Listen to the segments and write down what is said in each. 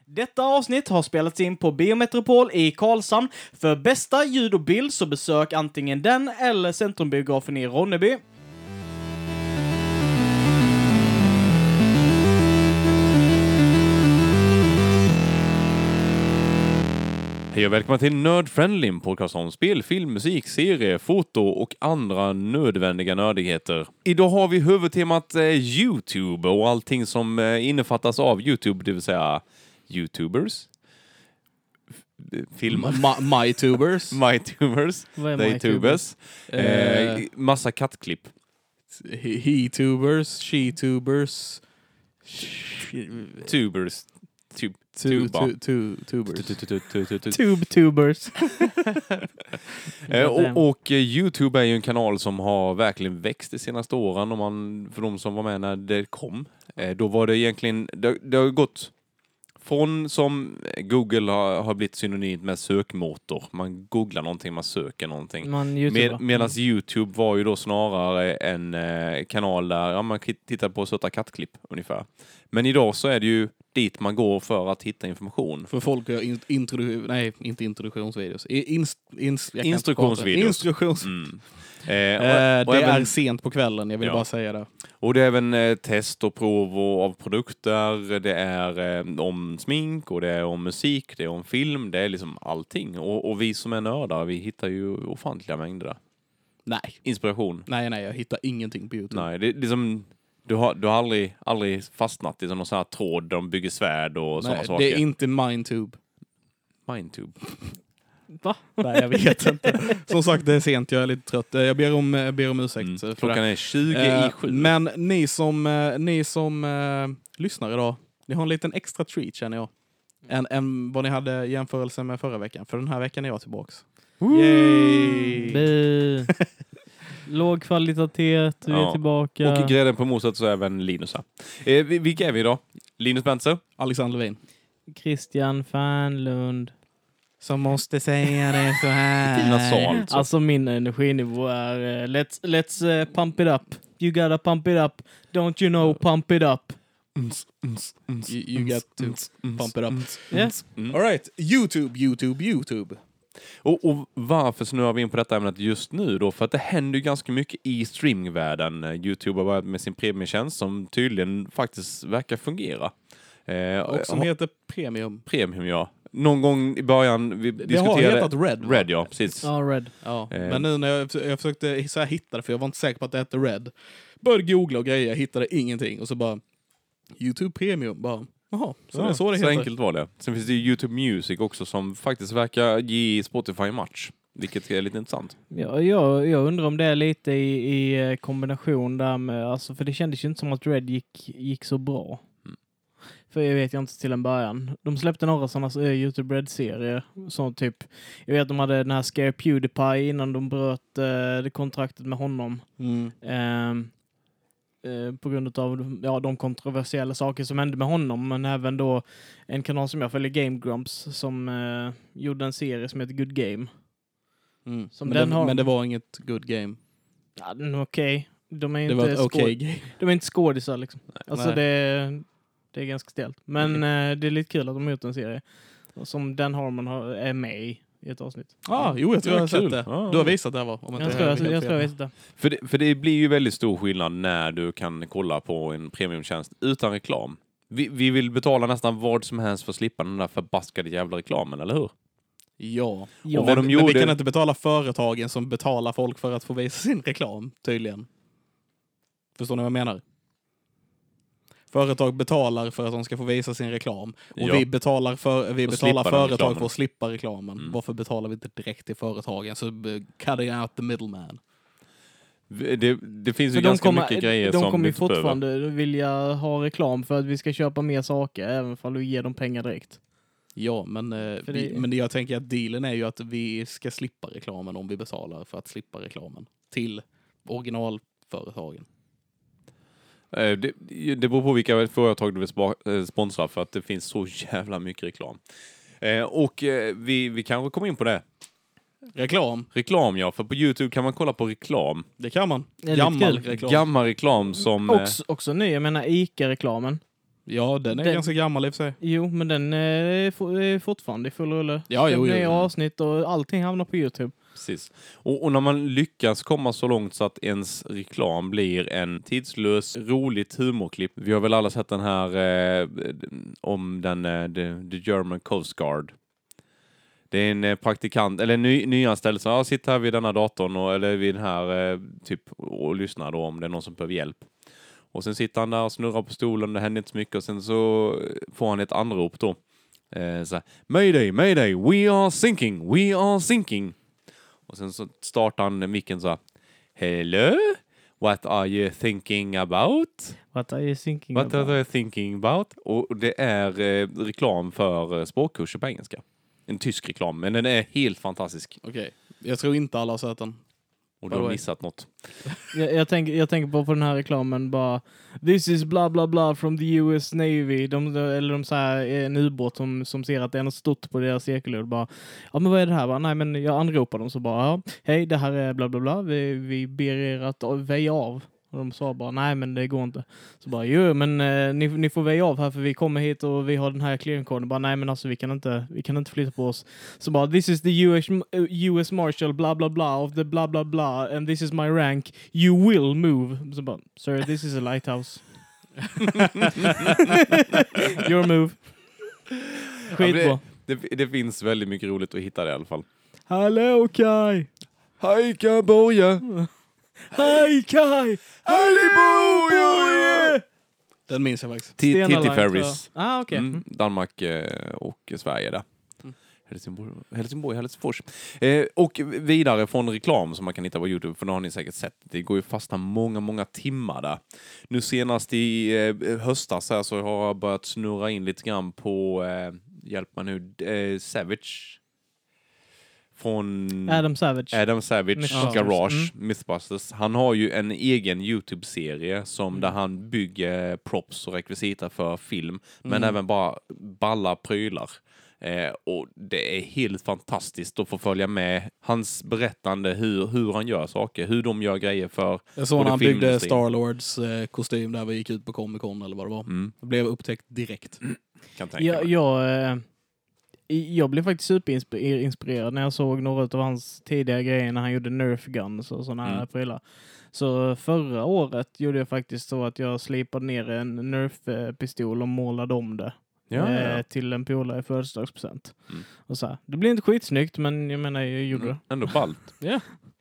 Detta avsnitt har spelats in på Biometropol i Karlshamn. För bästa ljud och bild så besök antingen den eller Centrumbiografen i Ronneby. Hej och välkomna till Nerd Friendly, en podcast om spel, film, musik, serie, foto och andra nödvändiga nördigheter. Idag har vi huvudtemat YouTube och allting som innefattas av YouTube, det vill säga YouTubers, filmer, MyTubers. MyTubers, Vad är TheyTubers, massa kattklipp. He-tubers, she-tubers. Tubers. Tube-tubers. Och YouTube är ju en kanal som har verkligen växt de senaste åren. Om man, för de som var med när det kom. Då var det egentligen, det har gått från som Google har blivit synonymt med sökmotor. Man googlar någonting, man söker någonting. Medan YouTube var ju då snarare en kanal där man tittar på söta kattklipp ungefär. Men idag så är det ju dit man går för att hitta information. För folk gör inte introduktionsvideos. Instruktionsvideos. Det är sent på kvällen, jag vill bara säga det. Och det är även test och prov av produkter, det är om smink och det är om musik, det är om film, det är liksom allting. Och vi som är nördar, vi hittar ju ofantliga mängder där. Nej. Inspiration. Nej, jag hittar ingenting på YouTube. Nej, det är som... Du har aldrig fastnat i någon sån här tråd där de bygger svärd och sådana saker. Det är inte MindTube. MindTube. Va? Nej, jag vet inte. Som sagt, det är sent, jag är lite trött. Jag ber om ursäkt. Klockan är 20:07. Men ni som lyssnar idag, ni har en liten extra treat, känner jag. Än vad ni hade jämförelse med förra veckan. För den här veckan är jag tillbaks. Yay! Låg kvalitet, vi är tillbaka. Och grädden på moset så är även Linus här. Vilka är vi idag? Linus Benzer. Alexander Levin. Christian Fernlund. Som måste säga det så här. Nasalt. Alltså min energinivå är let's pump it up. You gotta pump it up. Don't you know pump it up. You got to pump it up. Yeah. All right. YouTube. Och varför snöar vi in på detta ämnet just nu då? För att det händer ju ganska mycket i streamingvärlden. YouTube har börjat med sin premietjänst som tydligen faktiskt verkar fungera. Och som heter Premium. Premium, ja. Någon gång i början vi diskuterade... Det har hetat Red. Red, ja. Precis. Ja, Red. Ja. Men nu när jag försökte så här hitta det, för jag var inte säker på att det hette Red. Började googla och grejer, hittade ingenting. Och så bara, YouTube Premium, bara... Jaha, så det är så det heter. Så enkelt var det. Sen finns det YouTube Music också som faktiskt verkar ge Spotify en match. Vilket är lite intressant. Ja, jag undrar om det är lite i kombination där med... Alltså, för det kändes ju inte som att Red gick så bra. För jag vet inte till en början. De släppte några sådana YouTube Red-serier. Som typ... Jag vet de hade den här Scare PewDiePie innan de bröt det kontraktet med honom. På grund av de kontroversiella saker som hände med honom, men även då en kanal som jag följer, Game Grumps, som gjorde en serie som heter Good Game. Men det var inget good game. Ja, den är okej. De är det var ett okej game. De är inte skådisar liksom. Nej. Alltså det är ganska stelt. Men det är lite kul att de har gjort en serie som Dan Harmon är med i ett avsnitt. Jag tror jag har sett det. Du har visat det, va? Jag tror jag har visat det. För det blir ju väldigt stor skillnad när du kan kolla på en premiumtjänst utan reklam. Vi vill betala nästan vad som helst för att slippa den där förbaskade jävla reklamen, eller hur? Ja. Och vad Men vi kan inte betala företagen som betalar folk för att få visa sin reklam, tydligen. Förstår ni vad jag menar? Företag betalar för att de ska få visa sin reklam. Och vi betalar företag för att slippa reklamen. Varför betalar vi inte direkt till företagen? Så cutting out the middleman. Det finns ju ganska mycket grejer som... De kommer ju fortfarande vilja ha reklam för att vi ska köpa mer saker, även om vi ger dem pengar direkt. Ja, men jag tänker att dealen är ju att vi ska slippa reklamen om vi betalar för att slippa reklamen till originalföretagen. Det beror på vilka företag du vill sponsra, för att det finns så jävla mycket reklam. Och vi kanske kommer in på det. Reklam, ja. För på YouTube kan man kolla på reklam. Det kan man. Gammal reklam som... Också ny, jag menar Ica-reklamen. Ja, den är Den- ganska gammal i och för sig. Jo, men den är fortfarande i full rulle. Ja, jo. Nya avsnitt och allting hamnar på YouTube. Precis. Och när man lyckas komma så långt så att ens reklam blir en tidslös, roligt humorklipp. Vi har väl alla sett den här om den the German Coast Guard. Det är en praktikant, eller nyanställd som sitter här vid denna datorn eller vid den här typ och lyssnar då om det är någon som behöver hjälp. Och sen sitter han där och snurrar på stolen, det händer inte så mycket och sen så får han ett anrop då. Så här, Mayday, Mayday, we are sinking. Och sen så startar han micken så här, hello, what are you thinking about? What are you thinking What about? are you thinking about? Och det är reklam för språkkurser på engelska. En tysk reklam, men den är helt fantastisk. Okej. Jag tror inte alla har sett den. Och du har missat något. Jag tänker på den här reklamen bara this is bla bla bla from the US Navy. Eller de så här, en ubåt som ser att det är något stort på deras cirkelord. Bara, ja men vad är det här? Bara, nej men jag anropar dem så bara, ja, hej det här är bla bla bla. Vi ber er att väja av. Och de sa bara, nej men det går inte. Så bara, jo men ni får väja av här för vi kommer hit och vi har den här clearingkoden. Bara, nej men alltså vi kan inte flytta på oss. Så bara, this is the US Marshal bla bla bla of the bla bla bla and this is my rank. You will move. Så bara, sir this is a lighthouse. Your move. Skitbra. Det finns väldigt mycket roligt att hitta det i alla fall. Hallå Kai! Hej kan jag börja? Hej Kai! Hallå! Den minns jag faktiskt. Titti Stena Line, Ferries. tror jag. Okej. Danmark och Sverige där. Helsingborg, Helsingfors. Och vidare från reklam som man kan hitta på YouTube, för nu har ni säkert sett. Det går ju fasta många timmar där. Nu senast i höstas här så har jag börjat snurra in lite grann på, hjälp mig nu, Savage. Från Adam Savage. Mythbusters. Garage, Mythbusters. Han har ju en egen YouTube-serie som där han bygger props och rekvisita för film, men även bara balla prylar. Och det är helt fantastiskt att få följa med hans berättande hur han gör saker, hur de gör grejer för. Jag såg när han byggde Star-Lords kostym där vi gick ut på Comic-Con eller vad det var. Det blev upptäckt direkt. Kan tänka mig. Jag blev faktiskt superinspirerad när jag såg några av hans tidiga grejer när han gjorde Nerf Guns och sådana här prylar. Så förra året gjorde jag faktiskt så att jag slipade ner en Nerf-pistol och målade om det. Till en polare i födelsedagspresent. Och så här. Det blir inte skitsnyggt, men jag menar, jag gjorde det. Ändå ballt. Ja.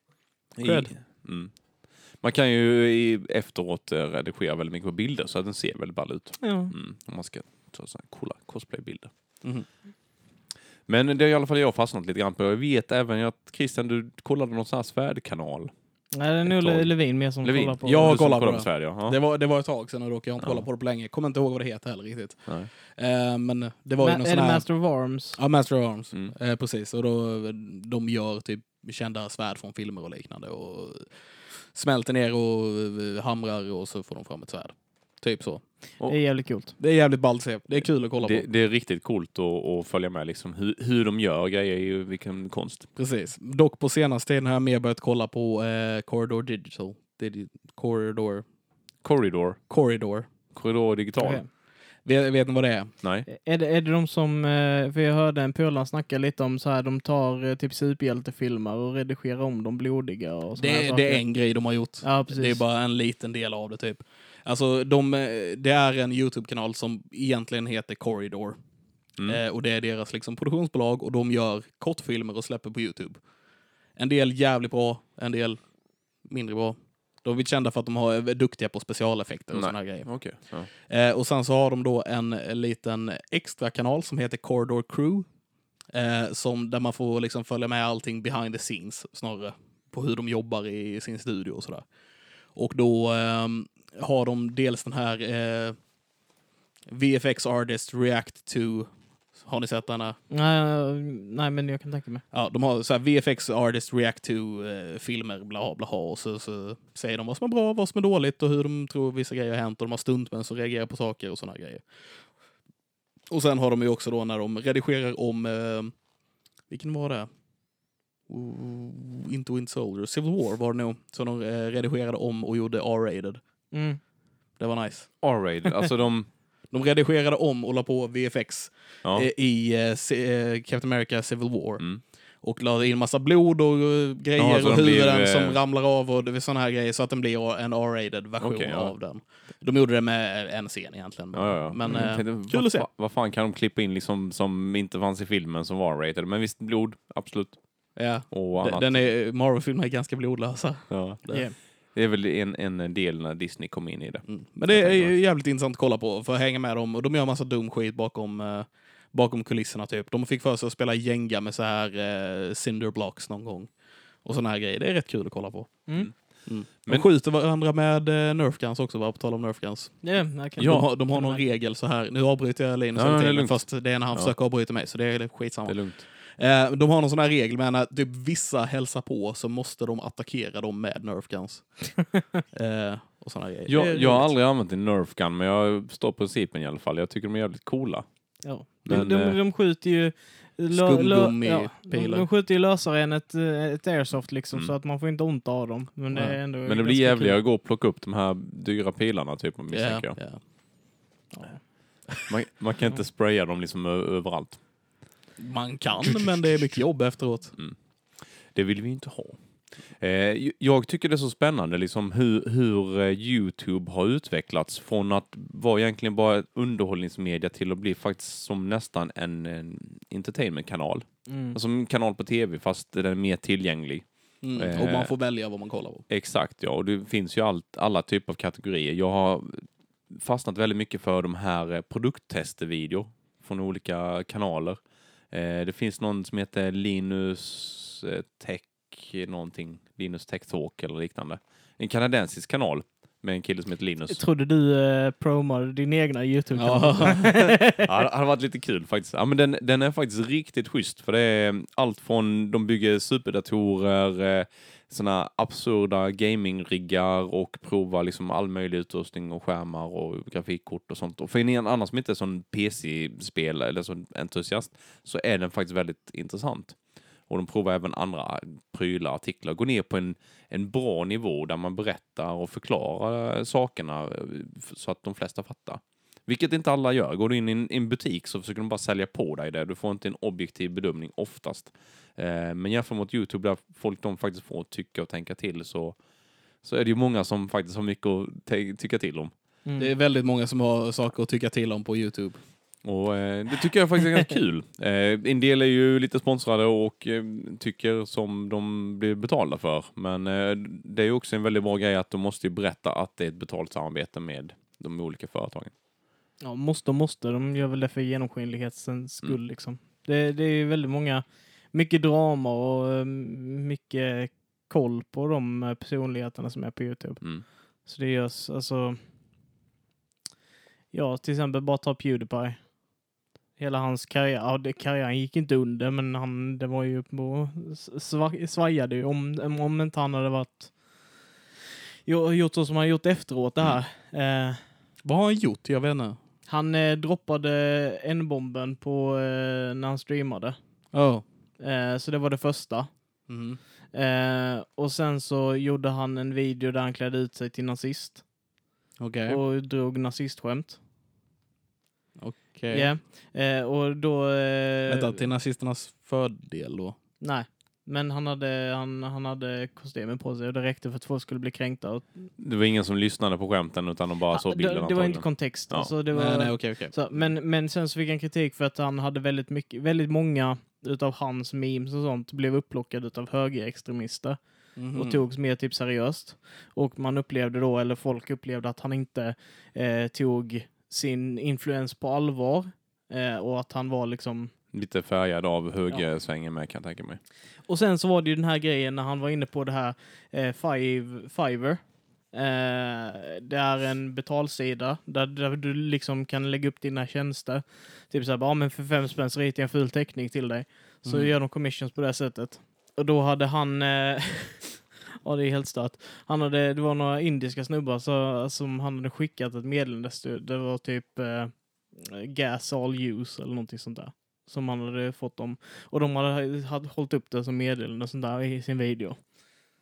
Man kan ju efteråt redigera väldigt mycket på bilder så att den ser väldigt ball ut. Ja. Om man ska ta sådana coola cosplay-bilder. Men det är i alla fall jag fastnat lite grann på. Jag vet även att Christian, du kollade någon sån här svärdkanal. Nej, det är nog Levin mer som kollar på. Jag kollar på det. Svärd, ja. Det var ett tag sedan och då kan jag inte kolla på det på länge. Kommer inte ihåg vad det heter heller riktigt. Nej. Men det var ju någon är sån det här... Master of Arms? Ja, Master of Arms. Precis. Och då de gör typ kända svärd från filmer och liknande och smälter ner och hamrar och så får de fram ett svärd. Typ så. Det är jävligt coolt. Det är jävligt ballt att se. Det är kul att kolla på. Det är riktigt coolt att följa med liksom hur de gör grejer i vilken konst. Precis. Dock på senaste tiden har jag mer börjat kolla på Corridor Digital. Corridor Digital. Okay. Vet ni vad det är? Nej. Är det de som, för jag hörde en polare snacka lite om så här, de tar typ superhjältefilmer och redigerar om dem blodiga och det är en grej de har gjort. Ja, precis. Det är bara en liten del av det typ. Alltså det är en YouTube-kanal som egentligen heter Corridor. Och det är deras liksom produktionsbolag och de gör kortfilmer och släpper på YouTube. En del jävligt bra, en del mindre bra. De är kända för att de är duktiga på specialeffekter och såna här grejer. Okay. Ja. Och sen så har de då en liten extra kanal som heter Corridor Crew. Där man får liksom följa med allting behind the scenes snarare. På hur de jobbar i sin studio och sådär. Och då har de dels den här VFX Artist React to... Har ni sett den här? Nej, men jag kan tänka mig. Ja, de har så här VFX Artist React to filmer, bla bla och så säger de vad som är bra, vad som är dåligt och hur de tror vissa grejer har hänt och de har stuntmän som reagerar på saker och såna grejer. Och sen har de ju också då när de redigerar om vilken var det? Into Wind Soldier, Civil War var det nog, så de redigerade om och gjorde R-rated. Det var nice. R-rated, alltså De redigerade om och la på VFX Ja. i Captain America Civil War. Mm. Och la in massa blod och grejer Ja, så och de blir, huvuden som ramlar av och sådana här grejer så att den blir en R-rated version Okej, ja. av den. De gjorde det med en scen egentligen. Ja. Men Jag tänkte, kul att se. Vad fan kan de klippa in liksom, som inte fanns i filmen som var rated? Men visst, blod, absolut. Ja. Och annat. Marvel-filmer är ganska blodlösa. Ja. Yeah. Det är väl en del när Disney kom in i det. Men det är jävligt intressant att kolla på för att hänga med dem. Och de gör massa dum skit bakom kulisserna typ. De fick för sig att spela Jenga med så här cinder blocks någon gång. Och såna här grejer. Det är rätt kul att kolla på. De skjuter varandra med Nerf Guns också, bara på tal om Nerf Guns. De har någon regel så här. Nu avbryter jag Linus hela tiden, fast det är när han försöker avbryta mig, så det är skitsamma. Det är lugnt. De har någon sån här regel med att typ vissa hälsar på så måste de attackera dem med Nerf Guns. Och såna grejer. Jag har aldrig använt en Nerf Gun, men jag står på principen i alla fall. Jag tycker de är jävligt coola. Ja. Men, de skjuter ju skumgummi-pilar. de skjuter ju lösare än ett airsoft liksom, så att man får inte ont av dem. Men det är ändå men det blir jävligare att gå och plocka upp de här dyra pilarna typ, misstänker jag. Ja. Man kan inte spraya dem liksom överallt. Man kan, men det är mycket jobb efteråt. Det vill vi inte ha. Jag tycker det är så spännande liksom hur YouTube har utvecklats från att vara egentligen bara ett underhållningsmedia till att bli faktiskt som nästan en entertainmentkanal. Alltså en kanal på tv fast den är mer tillgänglig. Och man får välja vad man kollar på. Exakt, ja. Och det finns ju alla typer av kategorier. Jag har fastnat väldigt mycket för de här produkttester-video från olika kanaler. Det finns någon som heter Linus Tech någonting, Linus Tech Talk eller liknande. En kanadensisk kanal med en kille som heter Linus. Jag trodde du promade din egna YouTube-kanal. Ja, det hade varit lite kul faktiskt. Ja, men den är faktiskt riktigt schysst, för det är allt från de bygger superdatorer, såna absurda gamingriggar och provar liksom all möjlig utrustning och skärmar och grafikkort och sånt. Och för en annan som inte är sån PC-spelare eller sån entusiast så är den faktiskt väldigt intressant. Och de provar även andra prylar, artiklar. Går ner på en bra nivå där man berättar och förklarar sakerna så att de flesta fattar. Vilket inte alla gör. Går du in i en butik så försöker de bara sälja på dig det. Du får inte en objektiv bedömning oftast. Men jämfört mot YouTube där folk de faktiskt får tycka och tänka till så är det ju många som faktiskt har mycket att tycka till om. Det är väldigt många som har saker att tycka till om på YouTube. Och det tycker jag faktiskt är ganska kul. En del är ju lite sponsrade och tycker som de blir betalda för. Men det är ju också en väldigt bra grej att de måste ju berätta att det är ett betalt samarbete med de olika företagen. Ja, måste. De gör väl det för genomskinlighetens skull liksom. Det är ju väldigt mycket drama och mycket koll på de personligheterna som är på YouTube. Så det görs, alltså... Ja, till exempel bara ta PewDiePie. Hela hans karriär, karriären gick inte under, men det var ju svajade ju om inte han hade varit gjort så som han gjort efteråt det här. Vad har han gjort? Jag vet inte. Han droppade N-bomben på när han streamade. Så det var det första. Och sen så gjorde han en video där han klädde ut sig till nazist. Och drog nazistskämt. Och då... Vänta, till nazisternas fördel då? Nej, men han hade kostymen på sig och det räckte för att folk skulle bli kränkta. Det var ingen som lyssnade på skämten utan de bara såg bilden. Det var inte kontext. Ja. Alltså, det var, okej. Så, men sen så fick han kritik för att han hade väldigt många utav hans memes och sånt blev upplockade utav högerextremister. Och togs mer typ seriöst. Och man upplevde då, eller folk upplevde att han inte tog sin influens på allvar. Och att han var liksom... Lite färgad av högersvängen med, kan jag tänka mig. Och sen så var det ju den här grejen när han var inne på det här Fiverr. Det är en betalsida där du liksom kan lägga upp dina tjänster. Typ såhär, men för 5 spänn så ritar jag en full teckning till dig. Så gör de commissions på det sättet. Och då hade han... ja, det är helt stört. Det var några indiska snubbar som han hade skickat ett meddelande. Det var typ gas all use eller någonting sånt där. Som han hade fått dem. Och de hade hållit upp det som meddelande och sånt där i sin video.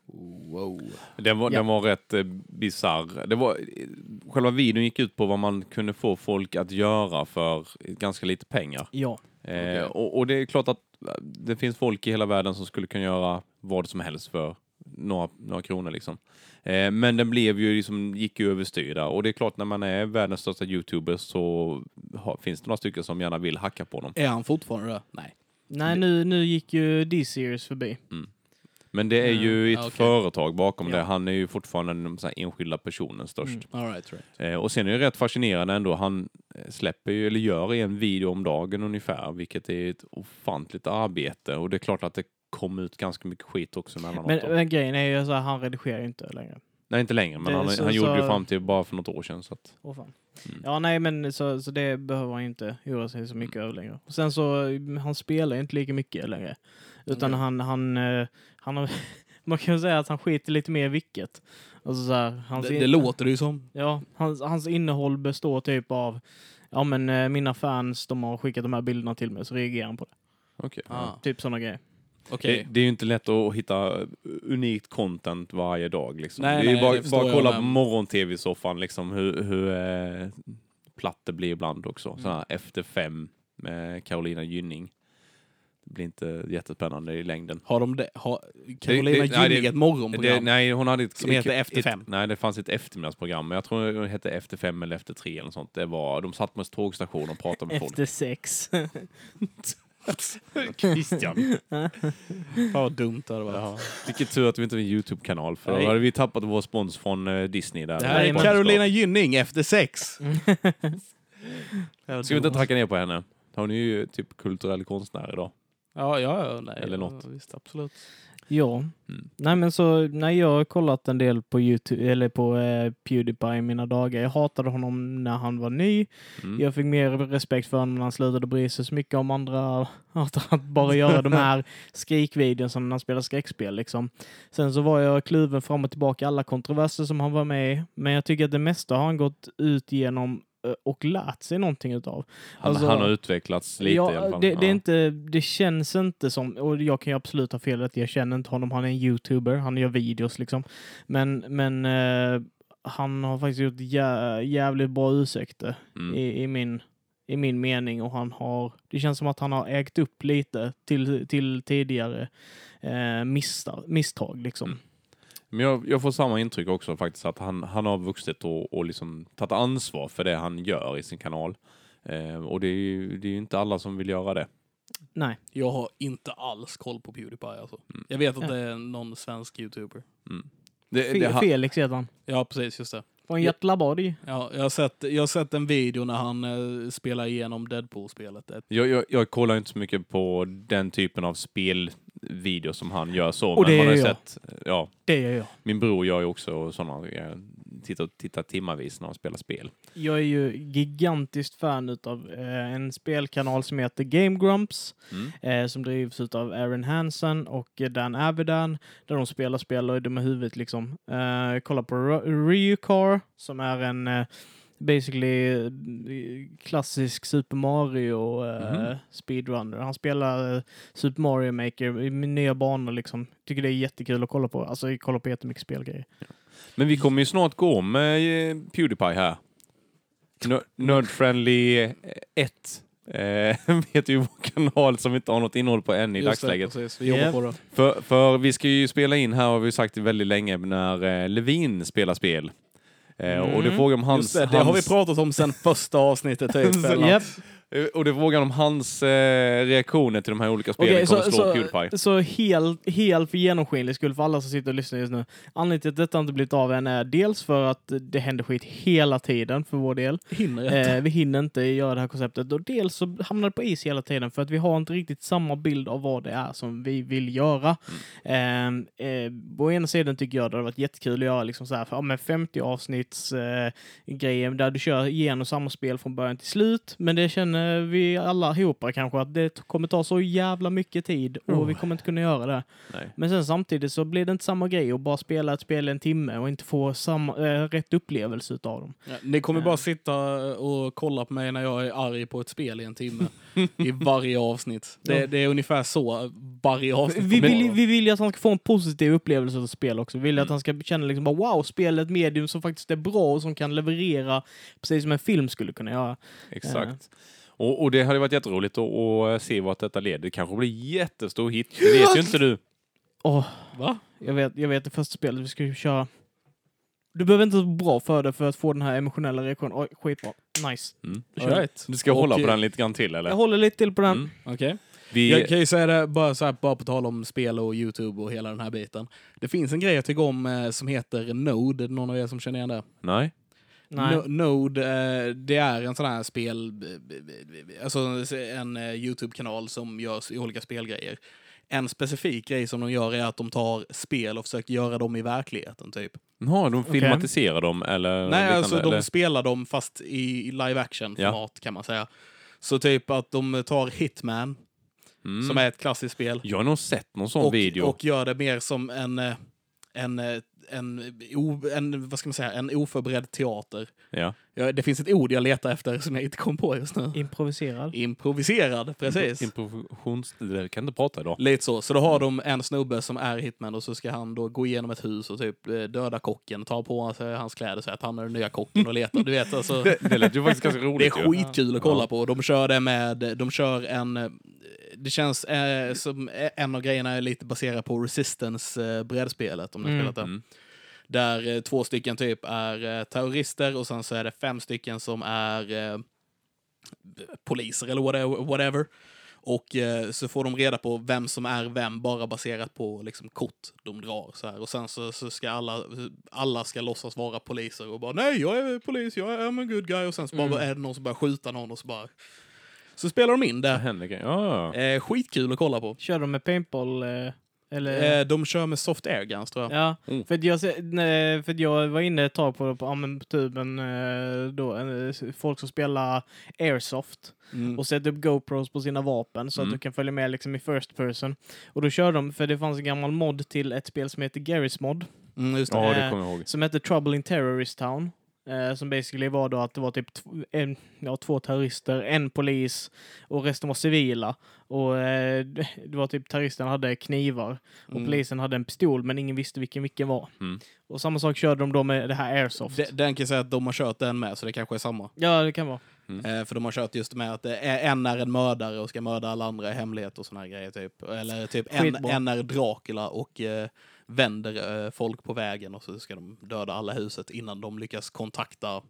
Wow. Den var rätt bizarr. Själva videon gick ut på vad man kunde få folk att göra för ganska lite pengar. Ja. Och det är klart att det finns folk i hela världen som skulle kunna göra vad som helst för några kronor liksom. Men den blev ju liksom, gick ju överstyr där. Och det är klart, när man är världens största YouTuber så finns det några stycken som gärna vill hacka på dem. Är han fortfarande det? Nej. Nej, nu gick ju D-Series förbi. Men det är ju ett företag bakom det. Han är ju fortfarande den enskilda personen störst. All right. Och sen är det rätt fascinerande ändå. Han släpper ju, eller gör en video om dagen ungefär, vilket är ett ofantligt arbete. Och det är klart att det kom ut ganska mycket skit också emellanåt. Men grejen är ju så här, han redigerar ju inte längre. Nej, inte längre, men han gjorde ju fram till bara för något år sedan. Så att... Fan. Ja, nej, men så det behöver han inte göra sig så mycket över längre. Och sen så, han spelar inte lika mycket längre. Utan han har, man kan ju säga att han skiter lite mer i vilket. Alltså så här, det låter det ju som. Ja, hans innehåll består typ av, ja men mina fans, de har skickat de här bilderna till mig, så reagerar han på det. Okej. Typ sådana grejer. Okay. Det är ju inte lätt att hitta unikt content varje dag. Liksom. Nej, det är bara kolla på men... morgon-tv-soffan liksom, hur platt det blir ibland också. Så här, efter 5 med Carolina Gynning. Det blir inte jättespännande i längden. Har de det? Carolina Gynning ett morgonprogram? Nej, hon hade som heter Efter 5. Nej, det fanns ett eftermiddagsprogram. Men jag tror det hette Efter 5 eller Efter 3 eller sånt. De satt på en tågstation och pratade med folk. Efter 6. Christian. Vad dumt det var. Ja. Vilket tur att vi inte har en YouTube-kanal, för då hade vi tappat vår spons från Disney där. Det här är Carolina Gynning Efter 6. Ska vi inte tracka ner på henne? Hon är ju typ kulturell konstnär idag. Ja, nej. Eller något. Visst, absolut. Ja. Nej, jag har kollat en del på YouTube, eller på PewDiePie i mina dagar. Jag hatade honom när han var ny. Jag fick mer respekt för honom när han slutade bry sig så mycket om andra. Att bara göra de här skrikvideon som när han spelar skräckspel liksom. Sen så var jag kluven fram och tillbaka alla kontroverser som han var med i. Men jag tycker att det mesta har han gått ut genom och lärt sig någonting utav. Han har utvecklats lite i alla fall. Det känns inte som, och jag kan ju absolut ha fel att jag känner inte honom, han är en YouTuber, han gör videos liksom. Men han har faktiskt gjort jävligt bra ursäkter i min mening, och det känns som att han har ägt upp lite till tidigare misstag liksom. Men jag får samma intryck också faktiskt, att han har vuxit och liksom tagit ansvar för det han gör i sin kanal. Och det är ju inte alla som vill göra det. Nej. Jag har inte alls koll på PewDiePie alltså. Jag vet att det är någon svensk YouTuber. Felix heter han. Ja, precis, just det. Från Götlaborg. Ja, jag har sett en video när han spelar igenom Deadpool-spelet. Jag kollar inte så mycket på den typen av spelvideo som han gör så. Och men man har jag. sett, Det gör jag. Min bror gör ju också sådana. Tittar timmarvis när han spelar spel. Jag är ju gigantiskt fan utav en spelkanal som heter Game Grumps. Som drivs utav Aaron Hansen och Dan Avidan. Där de spelar spel och är dumma i huvudet liksom. Kolla på Ryucar som är en basically klassisk Super Mario speedrunner. Han spelar Super Mario Maker i nya banor liksom. Tycker det är jättekul att kolla på. Alltså kolla på jättemycket spelgrejer. Ja. Men vi kommer ju snart gå med PewDiePie här. Nerdfriendly 1 heter ju vår kanal som vi inte har något innehåll på än i dagsläget. Vi jobbar på det. För vi ska ju spela in här, har vi sagt väldigt länge, när Levin spelar spel. Och det frågar om hans... Just det har vi pratat om sen första avsnittet. Yep. Och det frågar om hans reaktioner till de här olika spelen kommer slå PewDiePie. Så helt för genomskinlig skulle för alla som sitter och lyssnar just nu. Anledningen till att detta inte blivit av än är dels för att det händer skit hela tiden för vår del. Vi hinner inte göra det här konceptet. Och dels så hamnar det på is hela tiden för att vi har inte riktigt samma bild av vad det är som vi vill göra. På ena sidan tycker jag det har varit jättekul att göra liksom så här, med 50 avsnitts grejer där du kör igenom samma spel från början till slut. Men det känner vi alla hopar kanske att det kommer ta så jävla mycket tid och vi kommer inte kunna göra det. Nej. Men sen samtidigt så blir det inte samma grej att bara spela ett spel en timme och inte få rätt upplevelse utav dem. Ja, ni kommer bara sitta och kolla på mig när jag är arg på ett spel i en timme. I varje avsnitt. Det är ungefär så varje avsnitt. Vi vill ju att han ska få en positiv upplevelse av spel också. Vi vill att han ska känna liksom bara, wow, spelet medium som faktiskt är bra och som kan leverera precis som en film skulle kunna göra. Exakt. Och det hade varit jätteroligt att se vart detta leder. Det kanske blir jättestor hit. Det vet ju inte du. Va? Jag vet det första spelet vi ska köra. Du behöver inte vara bra för det för att få den här emotionella reaktionen. Oj, skitbra. Nice. All right. Du ska hålla på den lite grann till, eller? Jag håller lite till på den. Okej. Vi... Jag kan ju säga det bara på tal om spel och YouTube och hela den här biten. Det finns en grej jag tycker om som heter Node. Någon av er som känner igen det? Nej. Node, det är en sån här alltså en YouTube-kanal som gör olika spelgrejer. En specifik grej som de gör är att de tar spel och försöker göra dem i verkligheten, typ. Ja, de filmatiserar dem, eller? Nej, liknande, alltså eller? de spelar dem fast i live action-format, kan man säga. Så typ att de tar Hitman, som är ett klassiskt spel. Jag har nog sett någon sån video. Och gör det mer som vad ska man säga, en oförberedd teater. Ja. Ja, det finns ett ord jag letar efter som jag inte kom på just nu. Improviserad, precis. Jag kan inte prata idag. Lite så då har de en snubbe som är Hitman och så ska han då gå igenom ett hus och typ döda kocken, ta på sig hans kläder så att han är den nya kocken och letar. Du vet, alltså, det lät ju faktiskt ganska roligt. det är skitkul att kolla på. De kör det känns som en av grejerna är lite baserad på Resistance brädspelet, om ni har spelat det. Där 2 stycken typ är terrorister och sen så är det 5 stycken som är poliser eller whatever. Och så får de reda på vem som är vem bara baserat på liksom kort de drar så här. Och sen så ska alla ska låtsas vara poliser och bara nej, jag är polis, jag är en good guy, och sen så bara är det någon som börjar skjuta någon och så bara så spelar de in det. Skitkul att kolla på. Kör de med paintball eller? De kör med soft air guns, tror jag. Ja, för jag var inne ett tag på tuben då, folk som spelar airsoft och sätter upp GoPros på sina vapen så att du kan följa med liksom i first person. Och då kör de, för det fanns en gammal mod till ett spel som heter Garry's Mod. Just det. Ja, det kommer jag ihåg. Som heter Trouble in Terrorist Town. Som basically var då att det var typ 2 terrorister, en polis och resten var civila. Och det var typ terroristerna hade knivar och polisen hade en pistol, men ingen visste vilken var. Och samma sak körde de då med det här airsoft. Den kan jag säga att de har kört den med, så det kanske är samma. Ja, det kan vara. För de har kört just med att en är en mördare och ska mörda alla andra i hemlighet och såna här grejer typ. Eller typ en är Dracula och vänder folk på vägen och så ska de döda alla huset innan de lyckas kontakta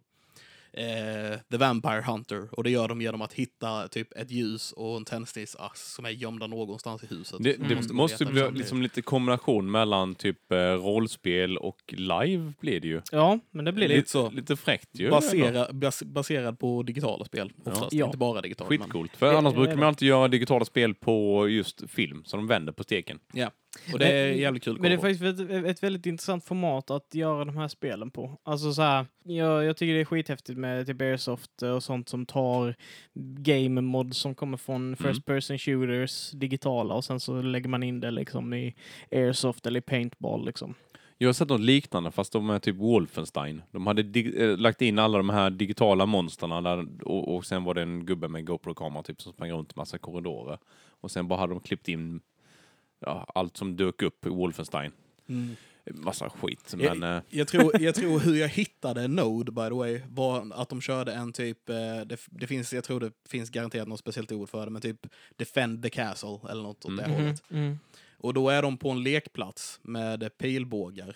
The Vampire Hunter. Och det gör de genom att hitta typ ett ljus och en tändsticksask som är gömda någonstans i huset. Det måste bli liksom lite kombination mellan typ rollspel och live blir det ju. Ja, men det blir lite så. Lite fräckt ju. Baserad på digitala spel. Oftast, inte bara digitala. Skitcoolt. För annars brukar man alltid göra digitala spel på just film, så de vänder på steken. Ja. Och det är jävligt kul. Men det är faktiskt ett väldigt intressant format att göra de här spelen på. Alltså så här, jag tycker det är skithäftigt med typ Airsoft och sånt som tar game mods som kommer från first person shooters digitala och sen så lägger man in det liksom i Airsoft eller i paintball liksom. Jag har sett något liknande fast de är typ Wolfenstein. De hade lagt in alla de här digitala monsterna där, och sen var det en gubbe med GoPro-kamera typ som sprang runt massa korridorer. Och sen bara hade de klippt in allt som dök upp i Wolfenstein. Massa skit. Men, jag tror hur jag hittade Node, by the way, var att de körde en typ, jag tror det finns garanterat något speciellt ord för det, men typ Defend the Castle eller något åt det hållet. Och då är de på en lekplats med pilbågar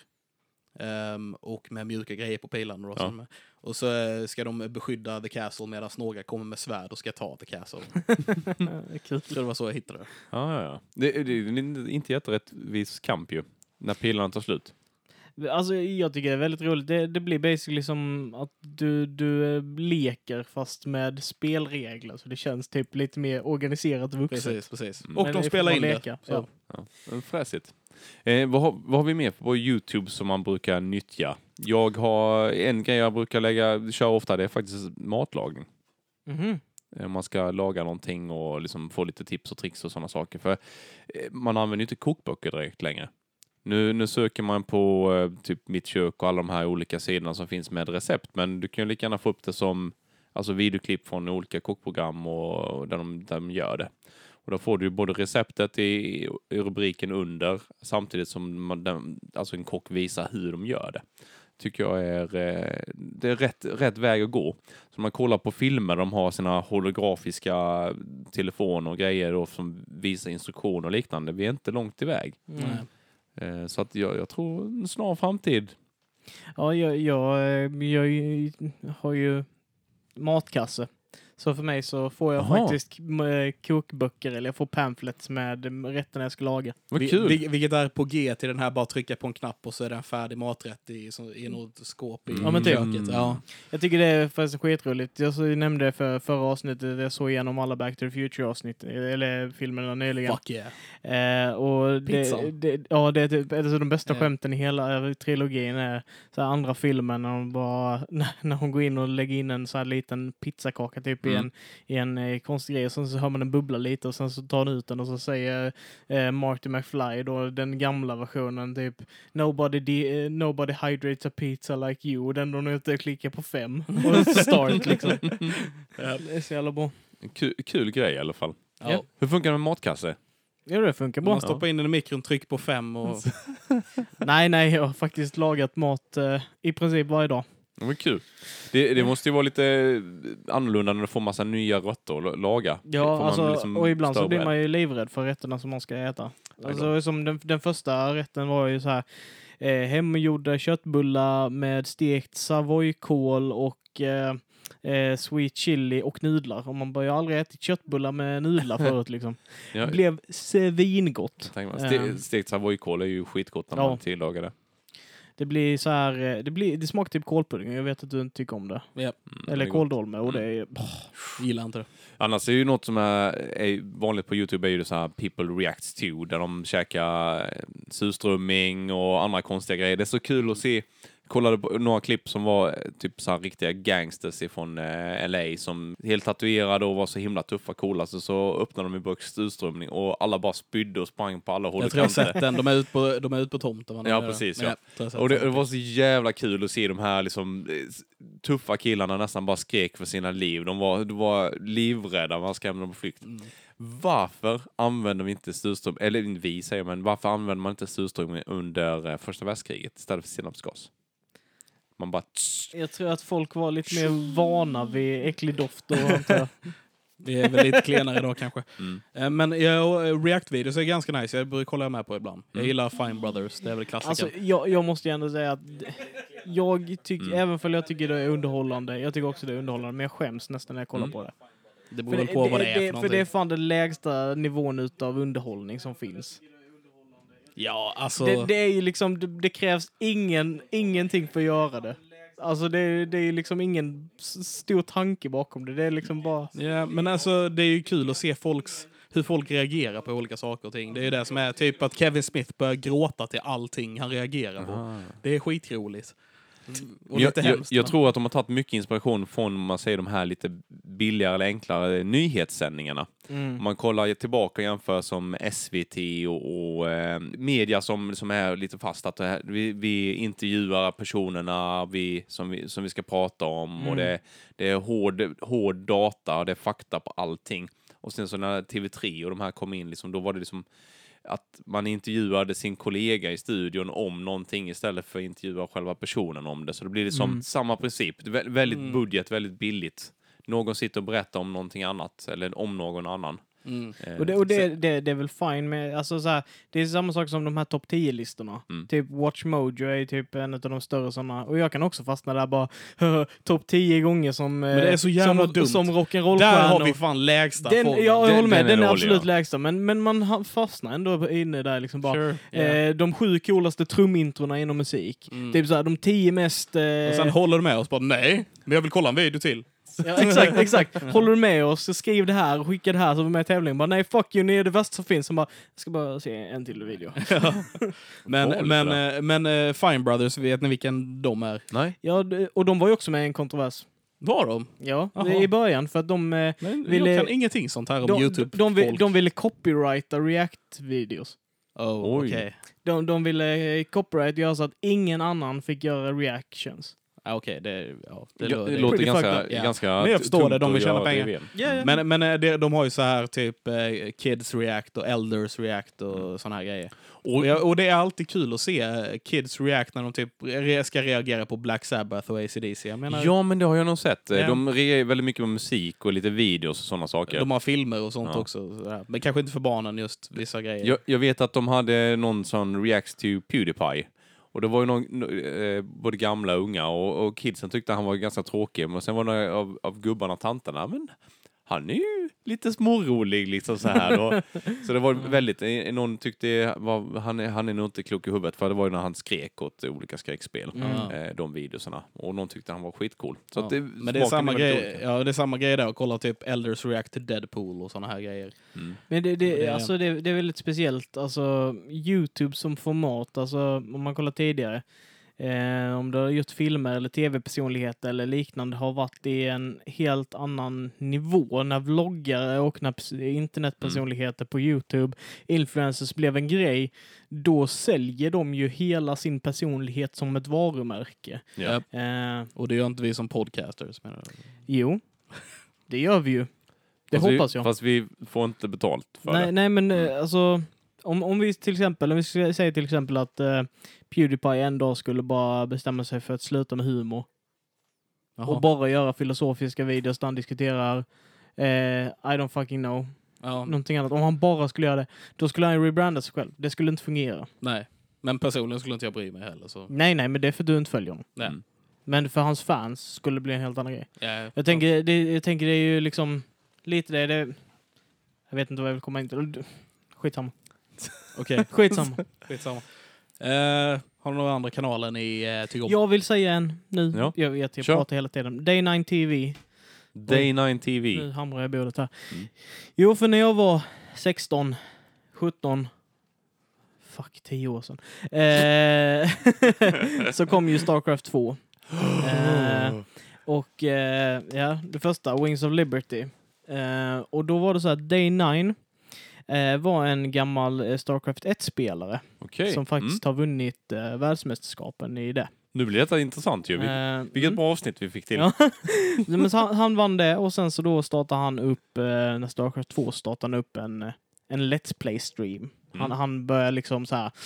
och med mjuka grejer på pilarna. Ja. Och så ska de beskydda The Castle medan några kommer med svärd och ska ta The Castle. Kul. Så det var så jag hittade det. Ja. Det är inte jätterättvis kamp ju, när pilarna tar slut. Alltså jag tycker det är väldigt roligt. Det blir basically som att du leker fast med spelregler. Så det känns typ lite mer organiserat och vuxet. Precis. Och de spelar in det. Ja. Fräsigt. Vad har vi mer på YouTube som man brukar nyttja? Jag har en grej jag brukar köra ofta, det är faktiskt matlagning. Man ska laga någonting och liksom få lite tips och tricks och sådana saker. För man använder ju inte kokböcker direkt längre. Nu söker man på typ Mitt kök och alla de här olika sidorna som finns med recept. Men du kan ju lika gärna få upp det som alltså videoklipp från olika kokprogram och där de gör det. Och då får du både receptet i rubriken under samtidigt som alltså en kock visar hur de gör det. Tycker jag det är rätt väg att gå. Så man kollar på filmer, de har sina holografiska telefoner och grejer då, som visar instruktioner och liknande. Vi är inte långt iväg. Så att jag tror en snar framtid. Ja, jag har ju matkasse. Så för mig så får jag faktiskt kokböcker eller jag får pamphlets med rätterna jag ska laga. Vad kul! Vilket är på G till den här bara trycka på en knapp och så är det en färdig maträtt i något skåp i köket. Ja. Jag tycker det är faktiskt skitroligt. Jag nämnde det för förra avsnittet. Jag såg igenom alla Back to the Future-avsnitt eller filmerna nyligen. Fuck yeah. Och det är typ ett av de bästa skämten i hela trilogin är så här andra filmen när hon går in och lägger in en så här liten pizzakaka typ i en konstig grej och sen så hör man den bubbla lite och sen så tar den ut den och så säger Marty McFly då den gamla versionen typ nobody hydrates a pizza like you och den då inte klickar på 5 och start liksom. Det är så jävla bra. Kul grej i alla fall. Ja. Hur funkar det med matkasse? Ja, det funkar bra. Man stoppar in den i mikron, tryck på 5 och... Nej, jag har faktiskt lagat mat i princip varje dag. Det var kul. Det måste ju vara lite annorlunda när du får massa nya rötter att laga. Ja, alltså, liksom och ibland så blir man ju livrädd för rätterna som man ska äta. Alltså, som den första rätten var ju så här hemgjorda köttbullar med stekt savoykål och sweet chili och nudlar. Och man har ju aldrig ätit köttbullar med nudlar förut liksom. Det blev svingott. Stekt savoykål är ju skitgott när man tillagar det. Det blir så här, det smakar typ kålpudding. Jag vet att du inte tycker om det. Yep. Eller kåldolme och det är... Gillar inte det. Annars är ju något som är vanligt på YouTube är ju det så här people reacts to där de käkar surströmming och andra konstiga grejer. Det är så kul att se. Kollade på några klipp som var typ så här riktiga gangsters ifrån LA som helt tatuerade och var så himla tuffa, coola. Så öppnade de i burk surströmming och alla bara spydde och sprang på alla håll. Jag tror jag sett den. De är ute på tomten. Ja, precis. Ja. Och det var så jävla kul att se de här liksom tuffa killarna nästan bara skrek för sina liv. De var livrädda, man skrämde dem på flykt. Varför använder vi inte surströmming, eller vi säger men varför använder man inte surströmming under första världskriget istället för senapsgas? Man bara... Jag tror att folk var lite mer vana vid äcklig doft och antar. Det är väl lite klenare då kanske. Men React-videos är ganska nice. Jag brukar kolla med på ibland. Jag gillar Fine Brothers. Det är väl klassiker. Alltså, jag måste ju ändå säga att jag tycker, även för jag tycker det är underhållande, jag tycker också det är underhållande, men jag skäms nästan när jag kollar på det. Det beror väl på vad det är för någonting. För det är fan den lägsta nivån utav underhållning som finns. Ja, alltså... Det är ju liksom, det krävs ingenting för att göra det. Alltså det är ju liksom ingen stor tanke bakom det. Det är liksom bara... Ja, men alltså det är ju kul att se hur folk reagerar på olika saker och ting. Det är ju det som är typ att Kevin Smith börjar gråta till allting han reagerar på. Det är skitroligt. Jag tror att de har tagit mycket inspiration från man säger de här lite billigare eller enklare nyhetssändningarna. Man kollar tillbaka och jämför som SVT och media som är lite fast att vi intervjuar personerna som vi ska prata om och det är hård data och det är fakta på allting. Och sen så när TV3 och de här kom in liksom, då var det liksom att man intervjuade sin kollega i studion om någonting istället för att intervjua själva personen om det. Så det blir liksom samma princip. Väldigt budget, väldigt billigt. Någon sitter och berättar om någonting annat eller om någon annan. Och det är väl fine med, alltså så här, det är samma sak som de här topp 10-listorna. Typ Watch Mojo är typ en av de större sådana. Och jag kan också fastna där bara topp 10 gånger som men det är så jävla dumt. Som rock'n'roll. Där har vi fan lägsta. Jag håller med, den är absolut lägsta. Men man fastnar ändå inne där liksom bara. De 7 coolaste trumintrona inom musik. Typ så här, de 10 mest... Och sen håller du med oss bara, nej, men jag vill kolla en video till. Ja, exakt. Håller du med oss? Skriv det här och skicka det här så vi med i tävlingen. Bara, nej, fuck you, ni är det värsta som finns. Jag ska bara se en till video. Men Fine Brothers, vet ni vilken de är? Nej. Ja, och de var ju också med i en kontrovers. Var de? Ja, Jaha. i början för att de Jag kan ingenting sånt här om YouTube. de ville copyrighta React-videos. Oh, Oj. okej. De ville copyright göra så att ingen annan fick göra reactions. Okej, det Det låter... låter pretty fucked up. ganska Men jag förstår det, de vill tungt att tjäna göra pengar. det igen. Men de har ju så här typ Kids React och Elders React och såna här grejer. Och det är alltid kul att se Kids React när de typ ska reagera på Black Sabbath och AC/DC. Jag menar, Ja, men det har jag nog sett. Ja. De reagerar väldigt mycket med musik och lite videos och sådana saker. de har filmer och sånt Ja. också. Sådär. Men kanske inte för barnen just vissa grejer. Jag vet att de hade någon sån reacts to PewDiePie. Och det var ju både gamla och unga och kidsen tyckte han var ganska tråkig. Men sen var det av gubbarna och tanterna, men han är ju lite smårolig liksom så här. Så det var väldigt, någon tyckte han är nog inte klok i huvudet, för det var ju när han skrek åt olika skräckspel, de videorna. Och någon tyckte han var skitcool. Så att Men det är samma grej. Ja, det är samma grej där att kolla typ Elders React to Deadpool och såna här grejer. Men det är väldigt speciellt. Alltså, YouTube som format, alltså om man kollar tidigare, om du har gjort filmer eller tv-personligheter eller liknande, har varit i en helt annan nivå. När vloggare och när internetpersonligheter på YouTube, influencers, blev en grej, då säljer de ju hela sin personlighet som ett varumärke. Ja. Och det gör inte vi som podcasters, menar du? Jo, det gör vi ju. Det Fast hoppas jag. Fast vi får inte betalt för det. Nej, men alltså om vi säger till exempel att PewDiePie en dag skulle bara bestämma sig för att sluta med humor och bara göra filosofiska videos där han diskuterar I don't fucking know, någonting annat. Om han bara skulle göra det, då skulle han rebranda sig själv. Det skulle inte fungera. Nej, men personligen skulle inte jag bry mig heller. Så. Nej, men det är för att du inte följer honom. Nej. Men för hans fans skulle det bli en helt annan grej. Ja, Jag tänker det är ju liksom lite det. Jag vet inte vad jag vill komma in till. Skitsamma. Okej. Skitsamma. Har du några andra kanaler ni tycker om? Jag vill säga en nu. Ja. Jag vet, jag Kör. pratar hela tiden. Day9 TV. Day9 TV. Nu hamrar jag bordet här. Jo, för när jag var 16, 17, 10 år sedan, så kom ju StarCraft 2. Det första, Wings of Liberty. Och då var det så att Day9 var en gammal StarCraft 1-spelare Okej. som faktiskt har vunnit världsmästerskapen i det. Nu blir detta intressant ju. Vilket bra avsnitt vi fick till. Ja. Men så han vann det, och sen så då startade han upp, när StarCraft 2 startade han upp en Let's Play-stream. Han började liksom så här,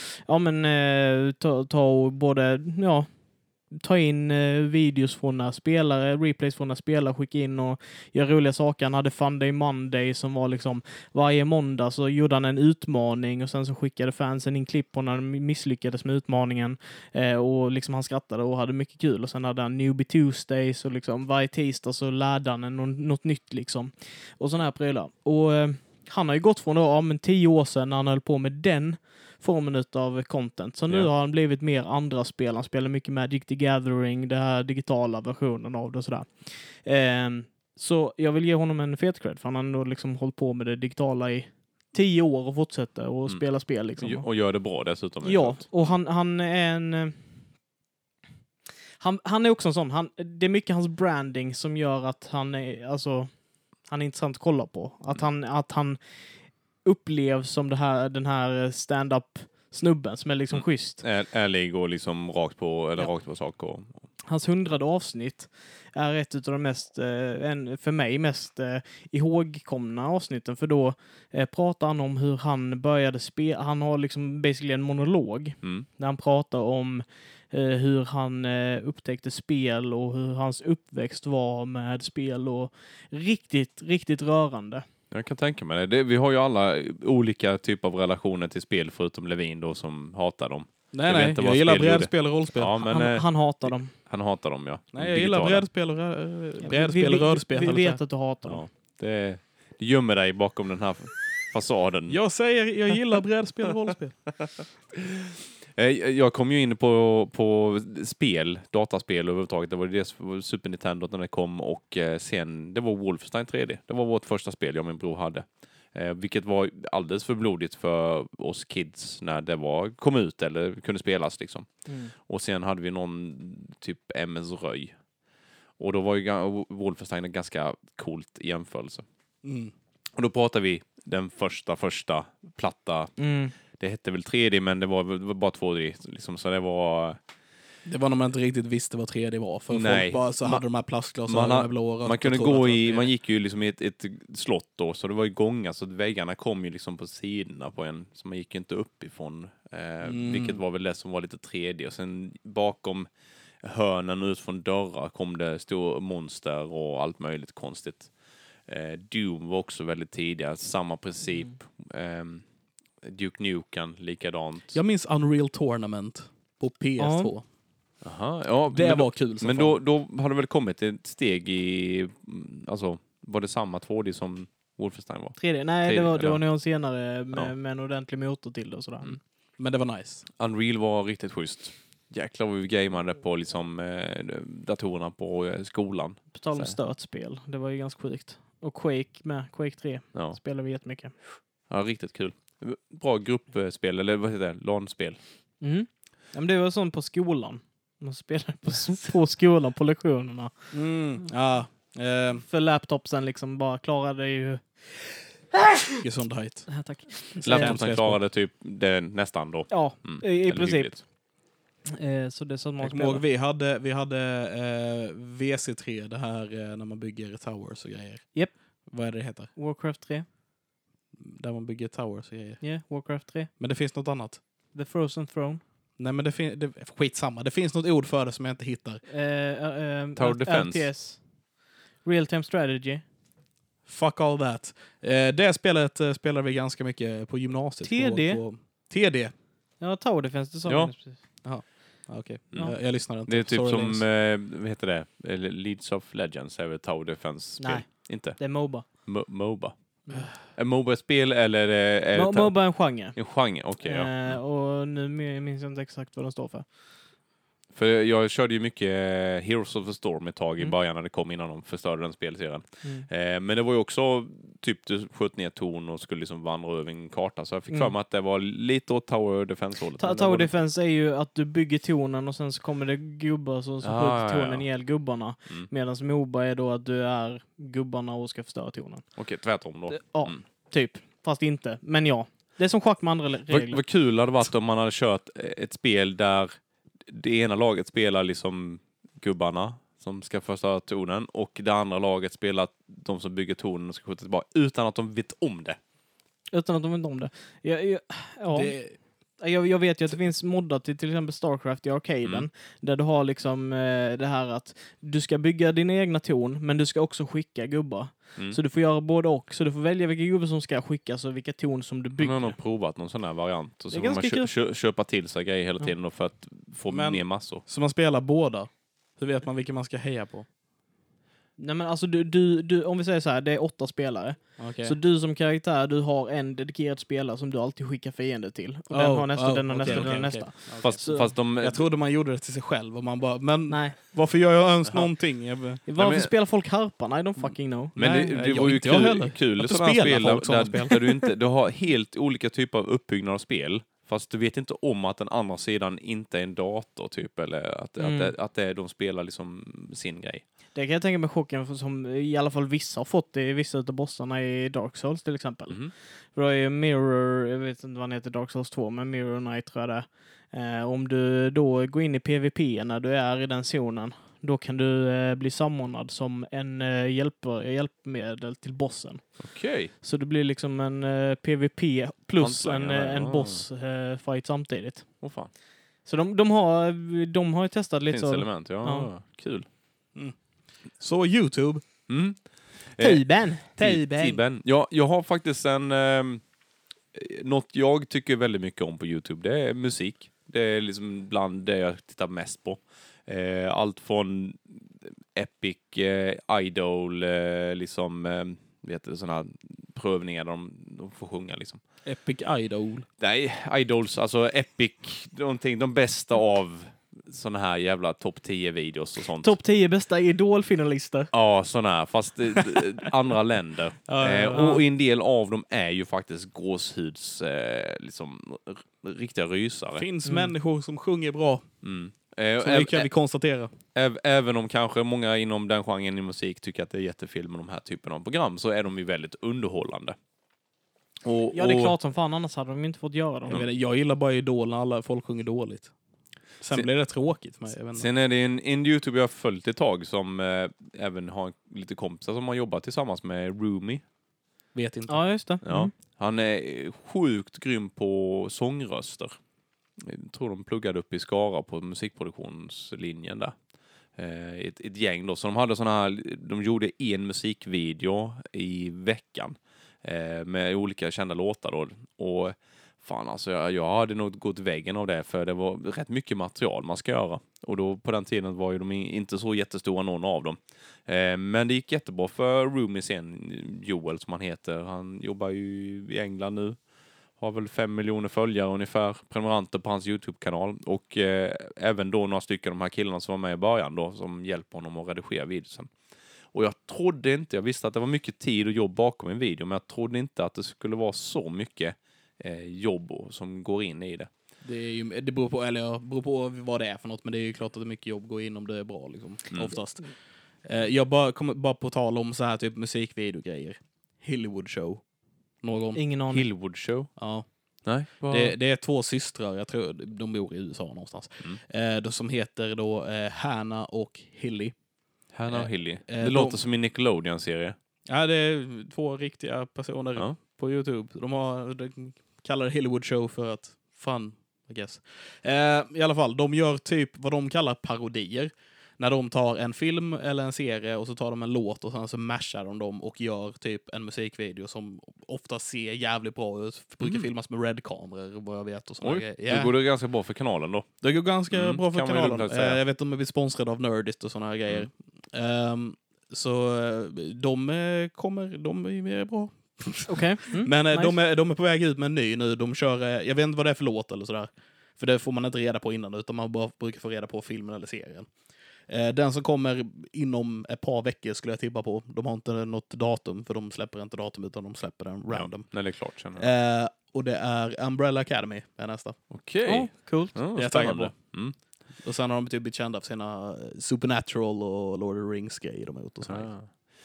ta in videos från när spelare, replays från när spelare skickade in och göra roliga saker. Han hade Fun Day Monday som var liksom varje måndag så gjorde han en utmaning och sen så skickade fansen in klipp på när de misslyckades med utmaningen, och liksom han skrattade och hade mycket kul, och sen hade han Newbie Tuesdays och liksom varje tisdag så lärde han något nytt liksom. Och sådana här prylar. Och han har ju gått från då, 10 år sedan när han höll på med den formen av content. Så nu har han blivit mer andra spel. Han spelar mycket Magic the Gathering, det här digitala versionen av det och sådär. Så jag vill ge honom en fet cred, för han har ändå liksom hållit på med det digitala i 10 år och fortsätter och spela spel liksom. Och gör det bra dessutom. Ja, och han är en... Han är också en sån. Det är mycket hans branding som gör att han är intressant att kolla på. Att han upplevs som den här stand-up snubben som är liksom schysst. Ärlig och liksom rakt på sak. Och... Hans 100:e avsnitt är ett av de mest, för mig mest ihågkomna avsnitten, för då pratar han om hur han började spela. Han har liksom basically en monolog där han pratar om hur han upptäckte spel och hur hans uppväxt var med spel, och riktigt, riktigt rörande. Jag kan tänka mig det. Vi har ju alla olika typer av relationer till spel, förutom Levin då som hatar dem. Nej, jag gillar brädspel och rollspel. Ja, men, han hatar dem. Han hatar dem, ja. Nej, jag gillar brädspel och rörspel. Vi vet att du hatar dem. Det gömmer dig bakom den här fasaden. Jag säger, jag gillar brädspel och rollspel. Jag kom ju in på spel, dataspel överhuvudtaget. Det var det Super Nintendo när det kom, och sen det var Wolfenstein 3D. Det var vårt första spel jag och min bror hade. Vilket var alldeles för blodigt för oss kids när det kom ut eller kunde spelas liksom. Och sen hade vi någon typ MS Röj. Och då var ju Wolfenstein en ganska coolt i jämförelse. Mm. Och då pratar vi den första platta. Det hette väl 3D, men det var bara 2D. Liksom, så det var... Det var när man inte riktigt visste vad 3D var. För folk bara så hade de här plastglasögonen med blå rött. Man kunde gå i... Man gick ju liksom i ett slott då, så det var ju gångar. Så väggarna kom ju liksom på sidorna på en. Så man gick ju inte uppifrån. Vilket var väl det som var lite 3D. Och sen bakom hörnen ut från dörrar kom det stora monster och allt möjligt konstigt. Doom var också väldigt tidiga. Samma princip. Duke Nukem, likadant. Jag minns Unreal Tournament på PS2. Aha, ja, det var kul. Men då har det väl kommit ett steg i... Alltså, var det samma 2D som Wolfenstein var? 3D? Nej, 3D, det var någon senare med en ordentlig motor till det och sådär. Men det var nice. Unreal var riktigt schysst. Jäklar vad vi gameade på liksom, datorerna på skolan. På tal om stötspel. Det var ju ganska sjukt. Och Quake 3 spelade vi jättemycket. Ja, riktigt kul. Bra gruppspel, eller vad heter det? LAN-spel. Ja, men det var sånt på skolan. Man spelade på skolan på lektionerna. Ja. För laptopsen liksom bara klarade ju... Gesundheit. Ja, tack. Laptopsen klarade typ det nästan då. Ja, i princip. Hyggligt. Så det är så man jag kommer ihåg, vi hade VC3, det här när man bygger towers och grejer. Japp. Vad är det heter? Warcraft 3. Där man bygger towers och grejer. Ja, yeah, Warcraft 3. Men det finns något annat. The Frozen Throne. Nej, men skitsamma. Det finns något ord för det som jag inte hittar. Tower Defense. RTS. Real Time Strategy. Fuck all that. Det spelet spelade vi ganska mycket på gymnasiet. TD? TD? Ja, Tower Defense. Det sa ja. Precis. Jaha. Okej. Ja. Jag lyssnade inte. Det är typ som, vad heter det? Leads of Legends är väl Tower Defense-spel? Nej. Inte? Det är MOBA. MOBA. Är MOBA-spel eller är MOBA är en genre. En genre, okej. Ja. Och nu minns jag inte exakt vad den står för. För jag körde ju mycket Heroes of the Storm ett tag i början när det kom innan de förstörde den spelserien. Men det var ju också typ du sköt ner torn och skulle liksom vandra över en karta. Så jag fick för mig att det var lite åt Tower Defense-hållet. Tower Defense är ju att du bygger tornen och sen så kommer det gubbar som skjuter tornen ihjäl gubbarna. Medan MOBA är då att du är gubbarna och ska förstöra tornen. Okej, tvärtom då. Ja, typ. Fast inte. Men ja. Det är som schack med andra regler. Vad kul hade varit om man hade kört ett spel där det ena laget spelar liksom gubbarna som ska förstöra tornen och det andra laget spelar de som bygger tornen och ska skjuta tillbaka utan att de vet om det. Utan att de vet om det. Jag vet ju att det finns moddat till exempel StarCraft i arcaden där du har liksom det här att du ska bygga din egna torn men du ska också skicka gubbar. Så du får göra både och. Så du får välja vilka gubbar som ska skickas och vilka torn som du bygger. Man har nog provat någon sån här variant. Och så får man köpa till sig grejer hela tiden för att få mer massor. Så man spelar båda. Så vet man vilka man ska heja på. Nej men alltså du om vi säger så här, det är 8 spelare. Okay. Så du som karaktär, du har en dedikerad spelare som du alltid skickar fiender till. Och den har nästa, den har nästa, den har nästa. Fast jag trodde man gjorde det till sig själv och man bara, men nej. Varför gör jag ens någonting? Varför spelar folk harpan? I don't fucking know. Men det var ju kul sådana spel där du har helt olika typer av uppbyggnad av spel. Fast du vet inte om att den andra sidan inte är en dator typ. Eller att de spelar liksom sin grej. Det kan jag tänka mig chocken som i alla fall vissa har fått i vissa av bossarna i Dark Souls till exempel. För då är Mirror, jag vet inte vad han heter, Dark Souls 2, men Mirror Knight tror jag det. Om du då går in i PvP när du är i den zonen, då kan du bli samordnad som en hjälpmedel till bossen. Okej. Så det blir liksom en PvP plus en bossfight samtidigt. Fan. Så de har ju testat lite. Finns element, ja. Kul. Så YouTube. Tiben. Ja, jag har faktiskt något jag tycker väldigt mycket om på YouTube. Det är musik. Det är liksom bland det jag tittar mest på. Allt från Epic, Idol, liksom vet du, såna prövningar där de får sjunga liksom. Epic Idol. Nej, Idols, alltså Epic, de bästa av såna här jävla topp 10 videos och sånt. Topp 10 bästa idolfinalister. Ja, såna här, fast andra länder. Och en del av dem är ju faktiskt gåshuds liksom riktiga rysare. Finns människor som sjunger bra. Så det kan vi konstatera. Även om kanske många inom den genren i musik tycker att det är jättefel med de här typerna av program, så är de ju väldigt underhållande. Ja, det är klart som fan, annars hade de inte fått göra dem. Jag gillar bara Idol när alla folk sjunger dåligt. Sen blir det tråkigt för mig. Jag vet inte. Sen är det en YouTuber jag har följt ett tag som även har lite kompisar som har jobbat tillsammans med Rumi. Vet inte. Ja, just det. Ja. Han är sjukt grym på sångröster. Jag tror de pluggade upp i Skara på musikproduktionslinjen där. Ett gäng då. Så de hade såna här, de gjorde en musikvideo i veckan med olika kända låtar då. Och fan alltså, jag hade nog gått väggen av det, för det var rätt mycket material man ska göra. Och då på den tiden var ju de inte så jättestora någon av dem. Men det gick jättebra för Rumi sen, Joel som han heter. Han jobbar ju i England nu. Har väl 5 miljoner följare ungefär, prenumeranter på hans YouTube-kanal. Och även då några stycken av de här killarna som var med i början då, som hjälper honom att redigera videon. Och jag visste att det var mycket tid och jobb bakom en video, men jag trodde inte att det skulle vara så mycket jobb som går in i det. Det beror på vad det är för något, men det är ju klart att det är mycket jobb går in om det är bra liksom, oftast. Jag kommer bara på tal om så här typ musikvideogrejer. Hollywood Show. Någon? Ingen aning. Hollywood Show? Ja. Nej. Det är 2 systrar, jag tror de bor i USA någonstans. Som heter då Hannah och Hilly. Hannah och Hilly. Det låter som en Nickelodeon-serie. Ja, det är 2 riktiga personer på YouTube. De kallar det Hollywood Show för att fun, I guess. I alla fall, de gör typ vad de kallar parodier. När de tar en film eller en serie och så tar de en låt och sen så mashar de dem och gör typ en musikvideo som ofta ser jävligt bra ut. Brukar filmas med red-kameror, vad jag vet. Och såna grejer. Då går det ganska bra för kanalen då. Det går ganska bra för kanalen. Jag vet att de är sponsrade av Nerdist och såna här grejer. Så de är bra. Okej. Men nice. De är på väg ut med en ny nu. De kör, jag vet inte vad det är för låt eller sådär. För det får man inte reda på innan, utan man bara brukar få reda på filmen eller serien. Den som kommer inom ett par veckor skulle jag tippa på. De har inte något datum, för de släpper inte datum utan de släpper den random. Ja, det är klart, känner jag. Och det är Umbrella Academy är nästa. Okej. Coolt. Det är jag taggad på. Och sen har de typ blivit kända för sina Supernatural och Lord of the Rings grejer de har gjort och sådär.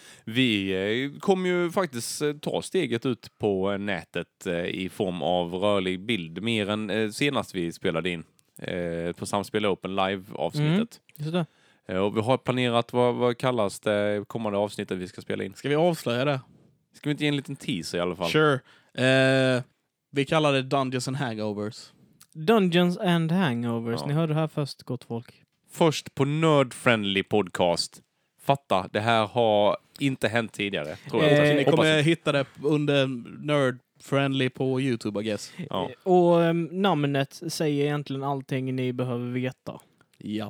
Vi kommer ju faktiskt ta steget ut på nätet i form av rörlig bild, mer än senast vi spelade in på Samspel Open Live-avsnittet. Just det. Och vi har planerat, vad kallas det kommande avsnittet vi ska spela in? Ska vi avslöja det? Ska vi inte ge en liten teaser i alla fall? Sure. Vi kallar det Dungeons and Hangovers. Dungeons and Hangovers. Ja. Ni hörde det här först, gott folk. Först på Nerd Friendly Podcast. Fatta, det här har inte hänt tidigare. Tror jag. Ni kommer hitta det under Nerd Friendly på YouTube, I guess. Ja. Och namnet säger egentligen allting ni behöver veta. Ja.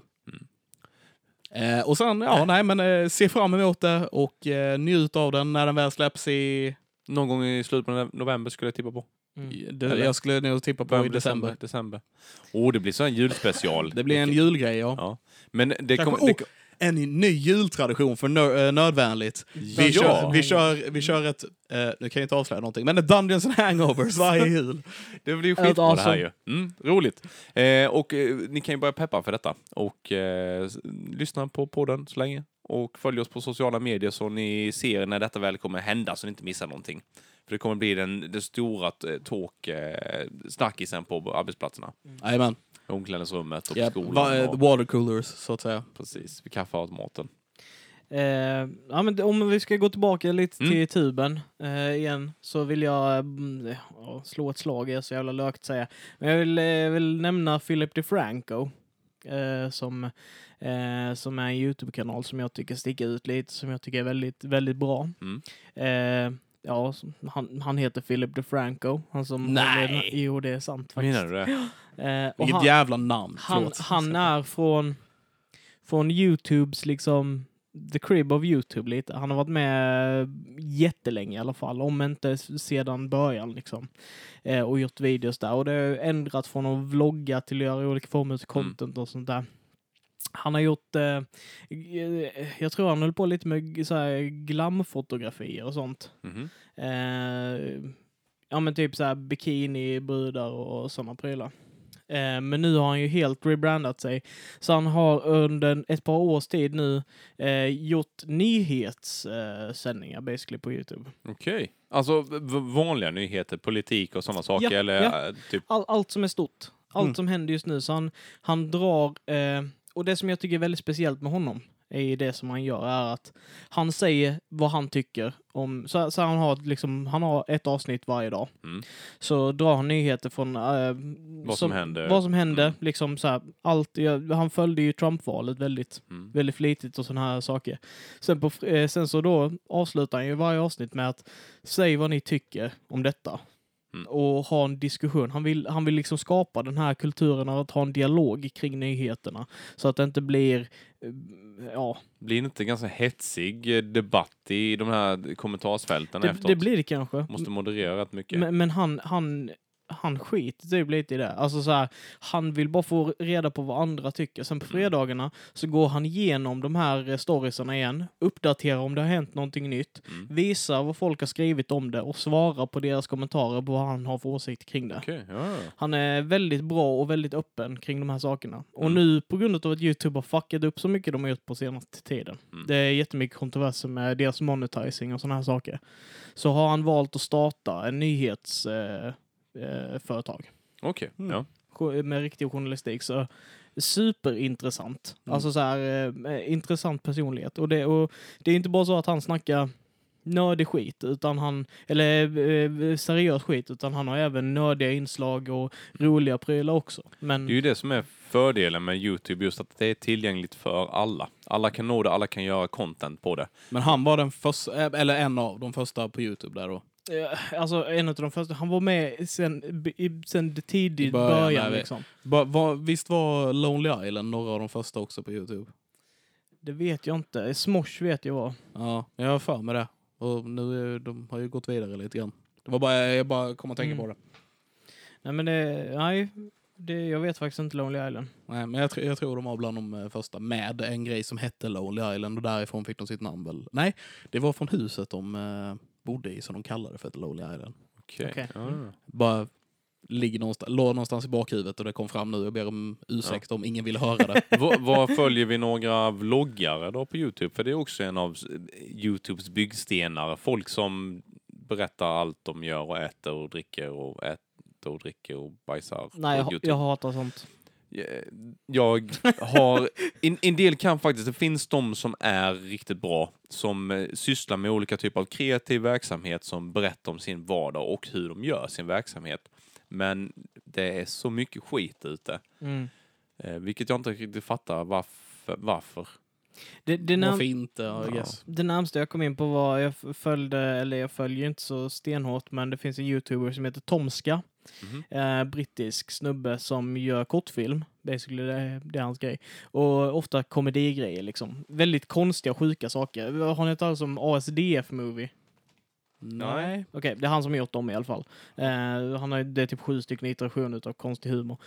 Och sen, se fram emot det och njut av den när den väl släpps i... Någon gång i slutet på november skulle jag tippa på. Jag skulle nog tippa på i december. Det blir så en julspecial. Det blir en julgrej, ja. Men det en ny jultradition för nödvändigt. Vi kör ett, nu kan jag inte avslöja någonting, men ett Dungeons and Hangovers varje jul. Det blir ju skitbra det här ju. Roligt. Och ni kan ju börja peppa för detta. Och lyssna på podden så länge. Och följ oss på sociala medier så ni ser när detta väl kommer hända så ni inte missar någonting. För det kommer bli den stora snackisen på arbetsplatserna. Jajamän. Omklädningsrummet och på skolan. Watercoolers, så att säga. Precis, vid kaffeautomaten. Men om vi ska gå tillbaka lite till tuben igen, så vill jag slå ett slag, är så jävla lökt säga. Men jag vill nämna Philip DeFranco som är en YouTube-kanal som jag tycker sticker ut lite, som jag tycker är väldigt, väldigt bra. Han heter Philip DeFranco. Nej! Jo, det är sant faktiskt. Menar du det? Vilket jävla namn. Han är från YouTubes liksom the crib of YouTube lite. Han har varit med jättelänge i alla fall, om inte sedan början liksom. Och gjort videos där. Och det har ändrat från att vlogga till att göra olika former av content och sånt där. Han har gjort, jag tror han höll på lite med så här glamfotografier och sånt. Men typ så här bikini, brudar och sådana prylar. Men nu har han ju helt rebrandat sig. Så han har under ett par års tid nu gjort nyhetssändningar basically på YouTube. Okej. Alltså vanliga nyheter, politik och sådana saker? Ja, eller ja. typ... Allt som är stort. Allt som händer just nu. Så han drar... och det som jag tycker är väldigt speciellt med honom är ju det som han gör är att han säger vad han tycker om... Så han har ett avsnitt varje dag. Mm. Så drar han nyheter från... Vad som händer. Vad som hände. Liksom så här, han följde ju Trump-valet väldigt flitigt och sådana här saker. Sen så då avslutar han ju varje avsnitt med att säg vad ni tycker om detta. Och ha en diskussion. Han vill liksom skapa den här kulturen av att ha en dialog kring nyheterna. Så att det inte blir... Blir det inte ganska hetsig debatt i de här kommentarsfälten efteråt? Det blir det kanske. Måste moderera rätt mycket. Men han skiter typ lite i det. Alltså så här, han vill bara få reda på vad andra tycker. Sen på fredagarna så går han igenom de här storiesarna igen, uppdaterar om det har hänt någonting nytt, visar vad folk har skrivit om det och svarar på deras kommentarer på vad han har för åsikt kring det. Okay, ja. Han är väldigt bra och väldigt öppen kring de här sakerna. Och nu på grund av att YouTube har fuckat upp så mycket de har gjort på senaste tiden. Det är jättemycket kontroverser med deras monetizing och såna här saker. Så har han valt att starta en företag. Okej, ja. Med riktig journalistik. Så superintressant. Alltså så här, intressant personlighet. Och det är inte bara så att han snackar nördig skit, eller seriös skit, utan han har även nördiga inslag och roliga prylar också. Men det är ju det som är fördelen med YouTube, just att det är tillgängligt för alla. Alla kan nå det, alla kan göra content på det. Men han var den första, eller en av de första på YouTube där då? Alltså en av de första. Han var med sen tidigt början liksom. Visst var Lonely Island några av de första också på YouTube? Det vet jag inte. Smosh vet jag vad. Ja, jag har för mig det. Och nu de har ju gått vidare lite grann. Det var jag bara kom att tänka på det. Nej, men jag vet faktiskt inte Lonely Island. Nej, men jag tror de var bland de första med en grej som hette Lonely Island och därifrån fick de sitt namn väl. Nej, det var från huset de bodde i som de kallade det för ett Lonely Island. Okej. Bara låg någonstans i bakhuvudet och det kom fram nu. Jag ber om ursäkt om ingen vill höra det. Vad följer vi några vloggare då på YouTube? För det är också en av YouTubes byggstenar. Folk som berättar allt de gör och äter och dricker och bajsar. Nej, jag hatar sånt. Jag har... En del kan faktiskt... Det finns de som är riktigt bra. Som sysslar med olika typer av kreativ verksamhet. Som berättar om sin vardag och hur de gör sin verksamhet. Men det är så mycket skit ute. Vilket jag inte riktigt fattar varför. Varför inte, I guess. Det närmaste jag kom in på var jag följer inte så stenhårt, men det finns en YouTuber som heter Tomska. Brittisk snubbe som gör kortfilm. Basically det är hans grej. Och ofta komedigrejer liksom. Väldigt konstiga, sjuka saker. Har ni talat om ASDF-movie? Nej. Okej, det är han som har gjort dem i alla fall. Det är typ 7 stycken iterationer av konstig humor.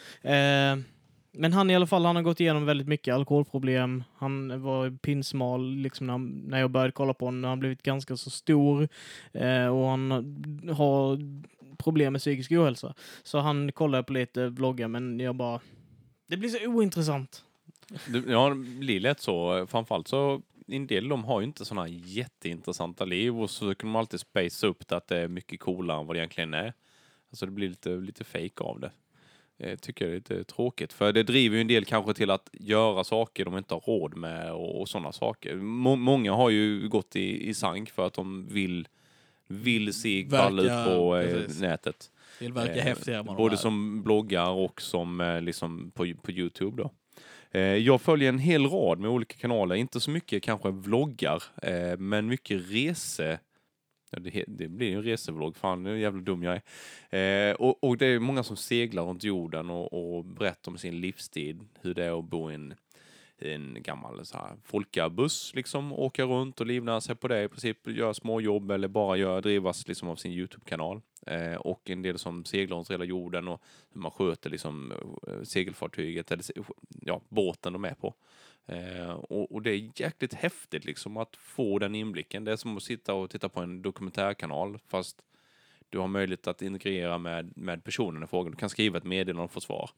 Men han i alla fall, han har gått igenom väldigt mycket alkoholproblem. Han var pinsmal liksom när jag började kolla på honom. Han har blivit ganska så stor. Och han har problem med psykisk ohälsa. Så han kollar på lite vloggar, men det blir så ointressant. Ja, det blir lätt så. Framförallt så en del de har ju inte sådana jätteintressanta liv och så kan de alltid space upp det att det är mycket coolare än vad det egentligen är. Alltså det blir lite fake av det. Jag tycker det är lite tråkigt. För det driver ju en del kanske till att göra saker de inte har råd med och sådana saker. Många har ju gått i sank för att de vill se ball ut på nätet. Det verkar häftigare. Både som bloggar och som liksom på YouTube då. Jag följer en hel rad med olika kanaler. Inte så mycket kanske vloggar, men mycket rese. Det blir ju en resevlogg. Fan, det är jävla dum jag är. Och det är många som seglar runt jorden och berättar om sin livstid. Hur det är att bo i en gammal så här folkabuss liksom. Åka runt och livnära sig på det. I princip göra små jobb eller bara drivas liksom av sin YouTube-kanal. Och en del som seglar runt hela jorden och hur man sköter liksom segelfartyget eller båten de är på. Och det är jäkligt häftigt liksom att få den inblicken. Det är som att sitta och titta på en dokumentärkanal fast du har möjlighet att integrera med personen i frågan. Du kan skriva ett meddelande och få svar.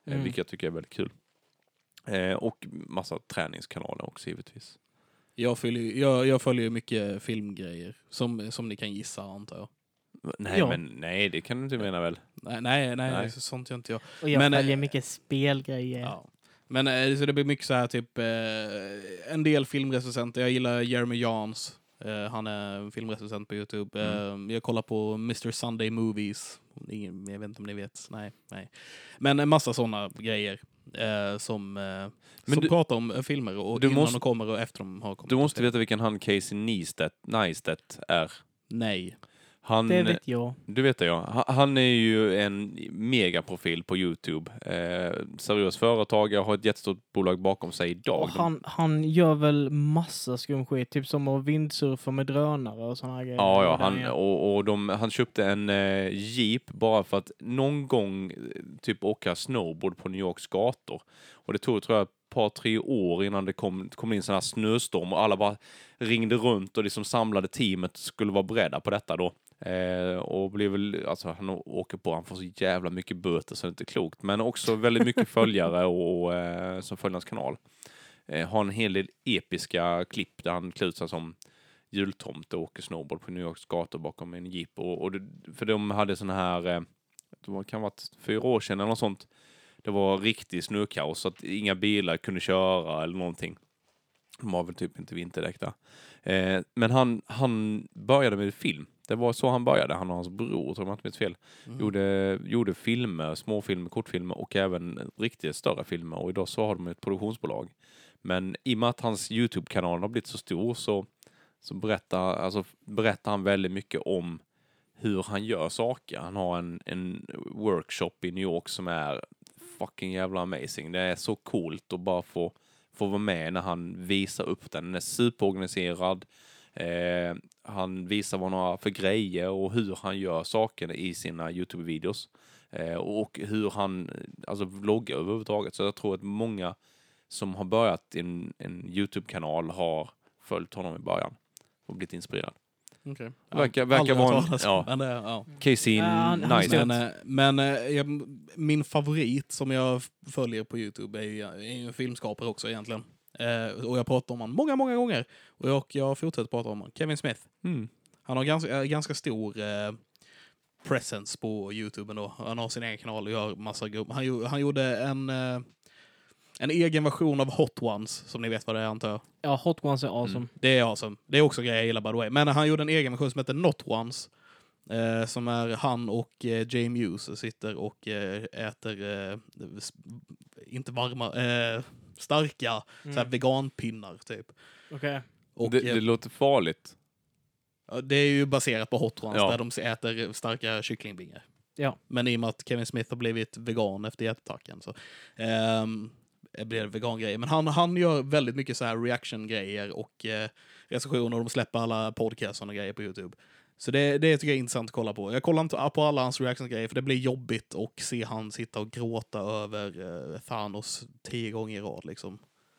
vilket jag tycker är väldigt kul. Och massa träningskanaler också givetvis. Jag följer mycket filmgrejer som ni kan gissa, antar jag. Nej, det kan du inte mena väl? Nej. Sånt gör inte jag. Och jag följer mycket spelgrejer. Ja. Men så det blir mycket så här typ en del filmrecensenter. Jag gillar Jeremy Jans. Han är filmrecensent på YouTube. Jag kollar på Mr. Sunday Movies. Jag vet inte om ni vet. Nej. Men en massa sådana grejer som pratar om filmer och innan de kommer och efter de har kommit. Du måste veta vilken han Casey Neistat är. Nej. Det vet jag. Du vet det, ja. Han är ju en megaprofil på YouTube. Seriös företagare, har ett jättestort bolag bakom sig idag. Han gör väl massa skum skit, typ som att vindsurfa med drönare och såna här grejer. Ja, han köpte en Jeep bara för att någon gång typ åka snowboard på New Yorks gator. Och det tog, tror jag, ett par, 3 år innan det kom in sån här snöstorm och alla bara ringde runt och liksom samlade teamet skulle vara beredda på detta då. Och blev väl, alltså han åker på, han får så jävla mycket böter så det är inte klokt, men också väldigt mycket följare och som följer hans kanal. Har en hel del episka klipp där han klär ut sig som jultomte och åker snowboard på New Yorks gator bakom en jeep för de hade sån här det kan ha varit 4 år sedan eller något sånt. Det var riktigt snökaos så att inga bilar kunde köra eller någonting. De var väl typ inte vinterdäck där. Men han började med film. Det var så han började. Han och hans bror, tror jag inte vet fel. Gjorde filmer, småfilmer, kortfilmer och även riktigt större filmer. Och idag så har de ett produktionsbolag. Men i och med att hans YouTube-kanal har blivit så stor så berättar han väldigt mycket om hur han gör saker. Han har en workshop i New York som är fucking jävla amazing. Det är så coolt att bara få vara med när han visar upp den. Den är superorganiserad. Han visar vad han har för grejer och hur han gör saker i sina YouTube-videos. Och hur han vloggar överhuvudtaget. Så jag tror att många som har börjat en YouTube-kanal har följt honom i början och blivit inspirerad. Okay. Verkar vara en Casey Neistat. Men min favorit som jag följer på YouTube är ju en filmskapare också egentligen. Och jag pratar om honom många gånger. Och jag fortsätter prata om honom. Kevin Smith. Han har ganska stor presence på YouTube ändå. Han har sin egen kanal och gör massa han gjorde en egen version av Hot Ones, som ni vet vad det är, antar jag. Ja, Hot Ones är awesome. Det är awesome. Det är också grejer jag gillar, by the way. Men han gjorde en egen version som heter Not Ones. Som är han och Jay Muse sitter och äter inte varma, starka såhär veganpinnar typ. Okay. Och det låter farligt. Det är ju baserat på Hot Ones där de äter starka kycklingbingar. Ja. Men i och med att Kevin Smith har blivit vegan efter hjärtattacken så blir det vegan-grejer. Men han gör väldigt mycket så här reaction-grejer och recensioner. De släpper alla podcasts och grejer på YouTube. Så det tycker jag är intressant att kolla på. Jag kollar inte på alla hans reaction-grejer för det blir jobbigt att se han sitta och gråta över Thanos 10 gånger i rad liksom.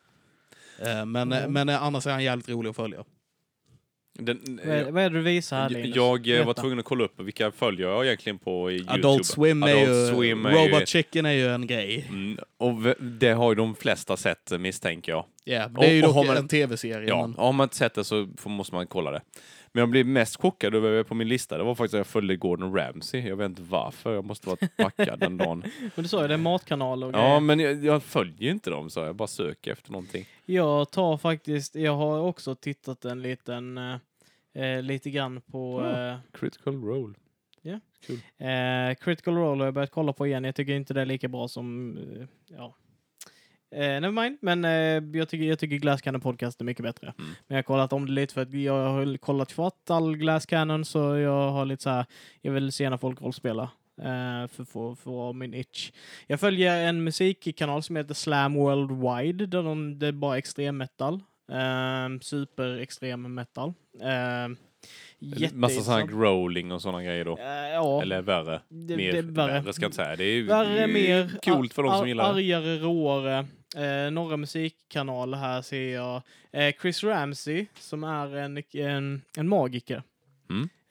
Men annars är han jävligt rolig att följa. Vad är det du visar här, Linus? Jag var tvungen att kolla upp vilka följer jag egentligen på i YouTube. Adult Swim Robot Chicken är ju en grej. Och det har ju de flesta sett, misstänker jag. Ja, det är ju dock en tv-serie. Ja, men har man inte sett det så måste man kolla det. Men jag blev mest chockad över på min lista. Det var faktiskt att jag följde Gordon Ramsay. Jag vet inte varför. Jag måste vara packad den dagen. Men du sa ju det är matkanal och grejer. Ja, men jag följer ju inte dem så jag bara söker efter någonting. Jag har också tittat lite grann på... Critical Role. Ja. Cool. Critical Role har jag börjat kolla på igen. Jag tycker inte det är lika bra som... never mind, men jag tycker Glass Cannon podcast är mycket bättre. Men jag har kollat om det lite för att jag har kollat fatt all Glass Cannon så jag har lite så här, jag vill se när folk rollspela för att få min itch. Jag följer en musikkanal som heter Slam Worldwide där det är bara extrem metal. Super extrem metal. Massa sådana growling och sådana grejer då. Ja. Eller värre. Värre ska jag inte säga. Det är värre, mer coolt för de som gillar det. Argare, råare. Några musikkanaler här ser jag. Chris Ramsey som är en magiker.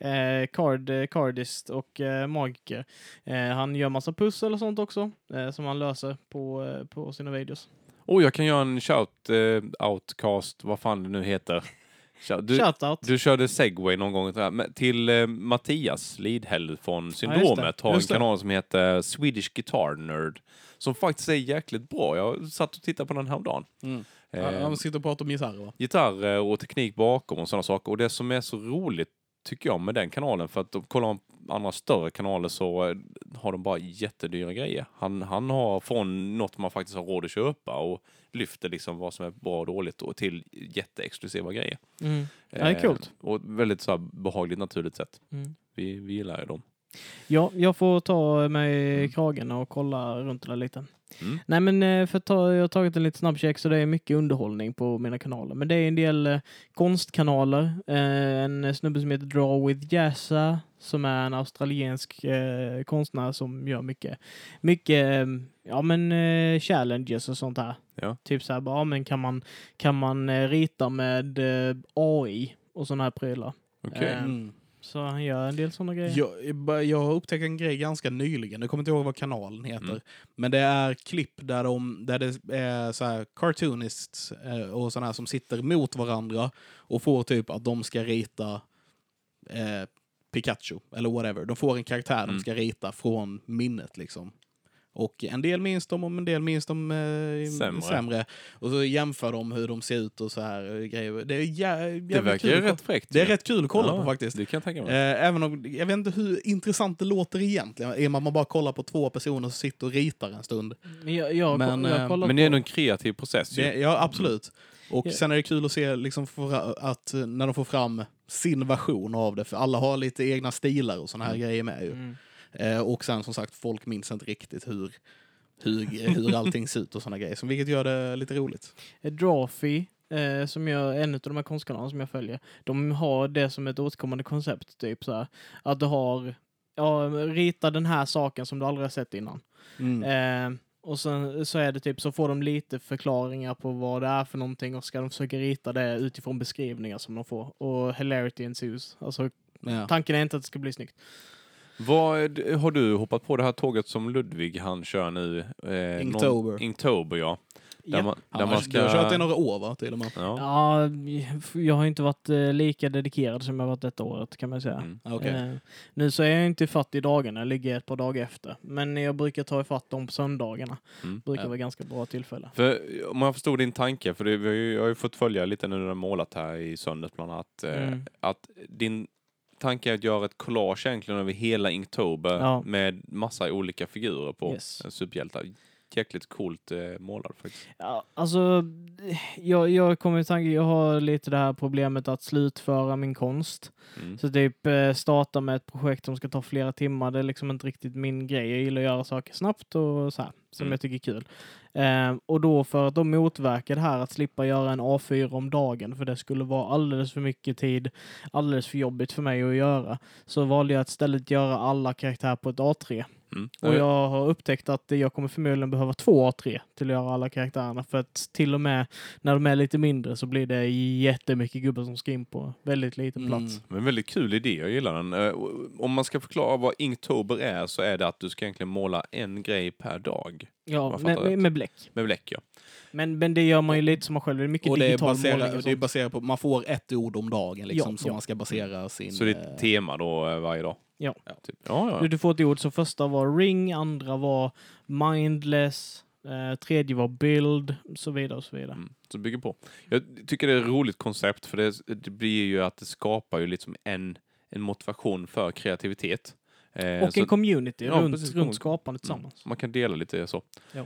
Cardist och magiker. Han gör massa pussel och sånt också som han löser på sina videos. Jag kan göra en shout-outcast, vad fan det nu heter. Shoutout. Du körde segway någon gång till Mattias Lidhäll från Syndromet. Har en kanal som heter Swedish Guitar Nerd. Som faktiskt är jäkligt bra. Jag satt och tittade på den här dagen. Han sitter och pratar om gitarrer, va? Gitarrer och teknik bakom och sådana saker. Och det som är så roligt tycker jag med den kanalen, för att kollar man andra större kanaler så har de bara jättedyra grejer. Han har från något man faktiskt har råd att köpa och lyfter liksom vad som är bra och dåligt och till jätteexklusiva grejer. Det är coolt. Och väldigt så här behagligt naturligt sätt. Vi gillar ju dem. Ja, jag får ta mig kragen och kolla runt det där lite. Nej, men jag har tagit en lite snabb check, så det är mycket underhållning på mina kanaler. Men det är en del konstkanaler. En snubbe som heter Draw with Jazza, som är en australiensk konstnär som gör mycket challenges och sånt här. Ja. Typ så här, men kan man rita med AI och såna här prylar. Okej. Så han gör en del sådana grejer. Jag har upptäckt en grej ganska nyligen. Jag kommer inte ihåg vad kanalen heter. Men det är klipp där det är så här cartoonists och sådana här som sitter mot varandra och får typ att de ska rita Pikachu eller whatever. De får en karaktär de ska rita från minnet liksom. Och en del minns dem och en del minns dem sämre. Och så jämför de hur de ser ut och så här grejer. Det verkar ju rätt fräckt. Det är rätt kul att kolla på faktiskt. Det kan jag tänka mig. Även om, jag vet inte hur intressant det låter egentligen. Är man bara kollar på två personer som sitter och ritar en stund. Men det är ändå en kreativ process. Ja, absolut. Och sen är det kul att se liksom, att när de får fram sin version av det. För alla har lite egna stilar och såna här grejer med ju. Och sen som sagt, folk minns inte riktigt hur allting ser ut och såna grejer. Vilket gör det lite roligt. Drawfee, som gör en av de här konstkanalerna som jag följer, de har det som ett återkommande koncept. Typ så här, att du har rita den här saken som du aldrig har sett innan. Och sen så är det typ, så får de lite förklaringar på vad det är för någonting och ska de försöka rita det utifrån beskrivningar som de får. Och hilarity ensues. Alltså, tanken är inte att det ska bli snyggt. Har du hoppat på det här tåget som Ludvig han kör nu? Inktober, ja. Där man ska... Jag har kört det några år, va, till och med. Ja, jag har inte varit lika dedikerad som jag varit detta året, kan man säga. Nu så är jag inte fatt i dagarna, jag ligger ett par dagar efter. Men jag brukar ta ifatt dem på söndagarna. Brukar vara ganska bra tillfälle. För om jag förstod din tanke, för jag har ju fått följa lite nu när du har målat här i söndags bland annat, att din tanke är att göra ett collage egentligen över hela Inktober med massa olika figurer på superhjältar. Jäkligt coolt målad faktiskt. Ja, alltså jag kommer i tanke, jag har lite det här problemet att slutföra min konst. Så typ starta med ett projekt som ska ta flera timmar, det är liksom inte riktigt min grej. Jag gillar att göra saker snabbt och så här, som jag tycker är kul. Och då för att de motverkar det här att slippa göra en A4 om dagen, för det skulle vara alldeles för mycket tid, alldeles för jobbigt för mig att göra, så valde jag att istället göra alla karaktärer på ett A3. Och jag har upptäckt att jag kommer förmodligen behöva 2 A3 till att göra alla karaktärerna, för att till och med när de är lite mindre så blir det jättemycket gubbar som ska in på väldigt liten plats. Men väldigt kul idé, jag gillar den. Om man ska förklara vad Inktober är, så är det att du ska egentligen måla en grej per dag. Ja, med bläck. Med bläck, ja. Men det gör man ju lite som man själv. Det är mycket digital målning och det är baserat på, man får ett ord om dagen liksom, som man ska basera sin... Så det är ett tema då varje dag? Ja. Typ. Du får ett ord, så första var ring, andra var mindless, tredje var build, så vidare och så vidare. Så bygger på. Jag tycker det är ett roligt koncept, för det blir ju att det skapar ju liksom en motivation för kreativitet. Och en community runt skapandet tillsammans. Man kan dela lite så.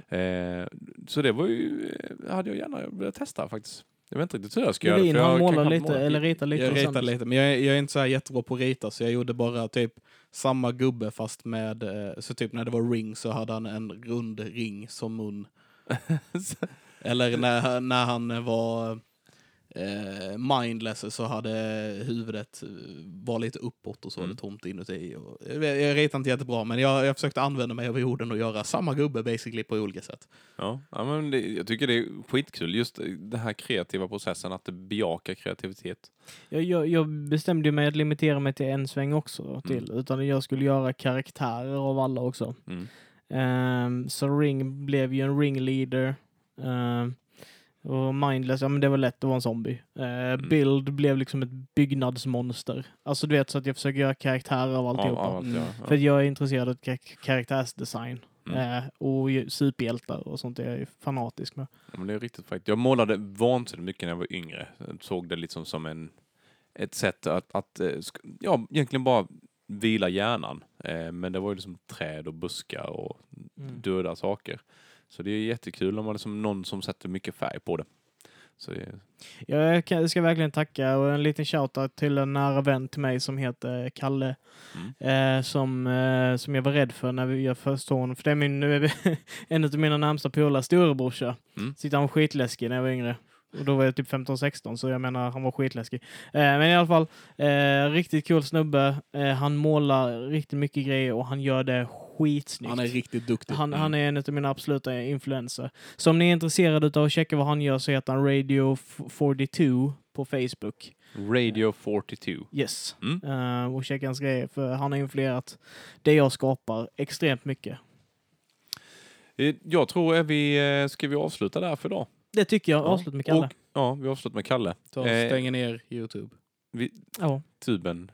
Så det var ju, hade jag gärna velat testa faktiskt. Jag vet inte riktigt hur jag ska göra det. Han målar lite eller ritar lite. Jag ritar lite, men jag är inte så här jättebra på att rita, så jag gjorde bara typ samma gubbe fast med, så typ när det var ring så hade han en rund ring som mun. Eller när han var Mindless så hade huvudet var lite uppåt och så var det tomt inuti. Och jag ritar inte jättebra, men jag försökte använda mig av jorden och göra samma gubbe basically på olika sätt. Ja, men jag tycker det är skitkul, just den här kreativa processen, att det bejakar kreativitet. Jag bestämde mig att limitera mig till en sväng också till, utan jag skulle göra karaktärer av alla också. Så Ring blev ju en ringleader. Och Mindless, ja men det var lätt att vara en zombie. Build blev liksom ett byggnadsmonster. Alltså du vet, så att jag försöker göra karaktärer av alltihopa. För jag är intresserad av karaktärsdesign. Och superhjältar och sånt är jag ju fanatisk med. Ja, men det är riktigt fakt. Jag målade vansinnigt mycket när jag var yngre. Jag såg det liksom som ett sätt att egentligen bara vila hjärnan. Men det var ju liksom träd och buskar och döda saker. Så det är jättekul om man liksom någon som sätter mycket färg på det. Så Jag ska verkligen tacka, och en liten shoutout till en nära vän till mig som heter Kalle. Som jag var rädd för när jag först såg honom. För det är en av mina närmsta polare, storebrorsa. Sitter han skitläskig när jag var yngre. Och då var jag typ 15-16, så jag menar han var skitläskig. Men i alla fall, riktigt cool snubbe. Han målar riktigt mycket grejer och han gör det skitsnyggt. Han är riktigt duktig. Han är en av mina absoluta influenser. Så om ni är intresserade av att checka vad han gör så heter han Radio 42 på Facebook. Radio 42. Yes. Och checka hans grejer, för han har influerat det jag skapar extremt mycket. Jag tror ska vi avsluta där för idag? Det tycker jag. Avslut med Kalle. Vi avslutar med Kalle. Stänger ner YouTube. Tuben.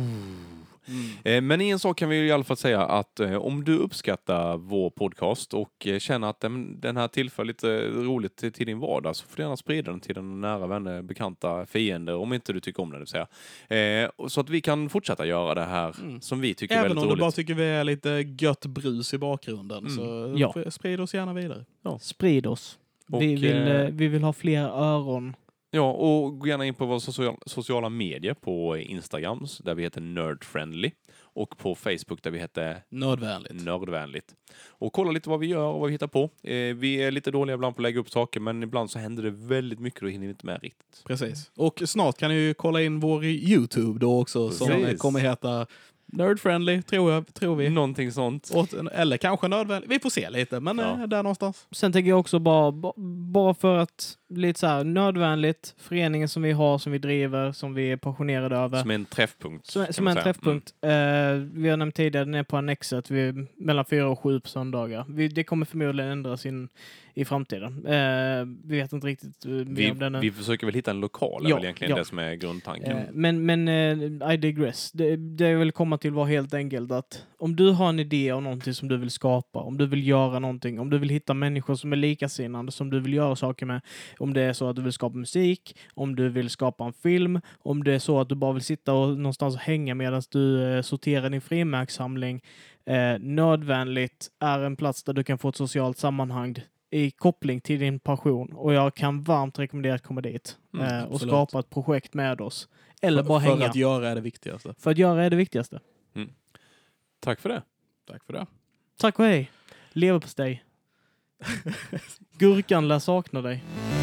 Men en sak kan vi i alla fall säga, att om du uppskattar vår podcast och känner att den här tillför lite roligt till din vardag, så får du gärna sprida den till dina nära vänner, bekanta, fiender, om inte du tycker om det, vill säga. Så att vi kan fortsätta göra det här som vi tycker är väldigt roligt. Även om du bara tycker vi är lite gött brus i bakgrunden, så sprid oss gärna vidare. Ja. Sprid oss. Vi vill ha fler öron. Ja, och gå gärna in på våra sociala medier på Instagram där vi heter Nerdfriendly, och på Facebook där vi heter Nördvänligt. Och kolla lite vad vi gör och vad vi hittar på. Vi är lite dåliga ibland på att lägga upp saker, men ibland så händer det väldigt mycket och hinner inte med riktigt. Precis. Och snart kan ni ju kolla in vår YouTube då också, som kommer heta Nerdfriendly, tror vi. Någonting sånt. Eller kanske nödvändigt. Vi får se lite, men där någonstans. Sen tänker jag också bara för att lite så här nödvändigt, föreningen som vi har, som vi driver, som vi är passionerade över. Som en träffpunkt. Som en träffpunkt. Vi har nämnt tidigare, den är på Annexet mellan 4 och 7 på söndagar. Det kommer förmodligen ändras i framtiden. Vi vet inte riktigt om den. Vi försöker väl hitta en lokal, är väl egentligen det som är grundtanken. Men I digress. Det jag vill komma till var helt enkelt att om du har en idé om någonting som du vill skapa, om du vill göra någonting, om du vill hitta människor som är likasinnande, som du vill göra saker med, om det är så att du vill skapa musik, om du vill skapa en film, om det är så att du bara vill sitta och någonstans och hänga medan du sorterar din frimärkssamling, Nördvänligt är en plats där du kan få ett socialt sammanhang i koppling till din passion, och jag kan varmt rekommendera att komma dit och skapa ett projekt med oss. Eller bara hänga. För att göra är det viktigaste. För att göra är det viktigaste. Tack för det. Tack och hej. Leverpastej. Gurkan lär sakna dig.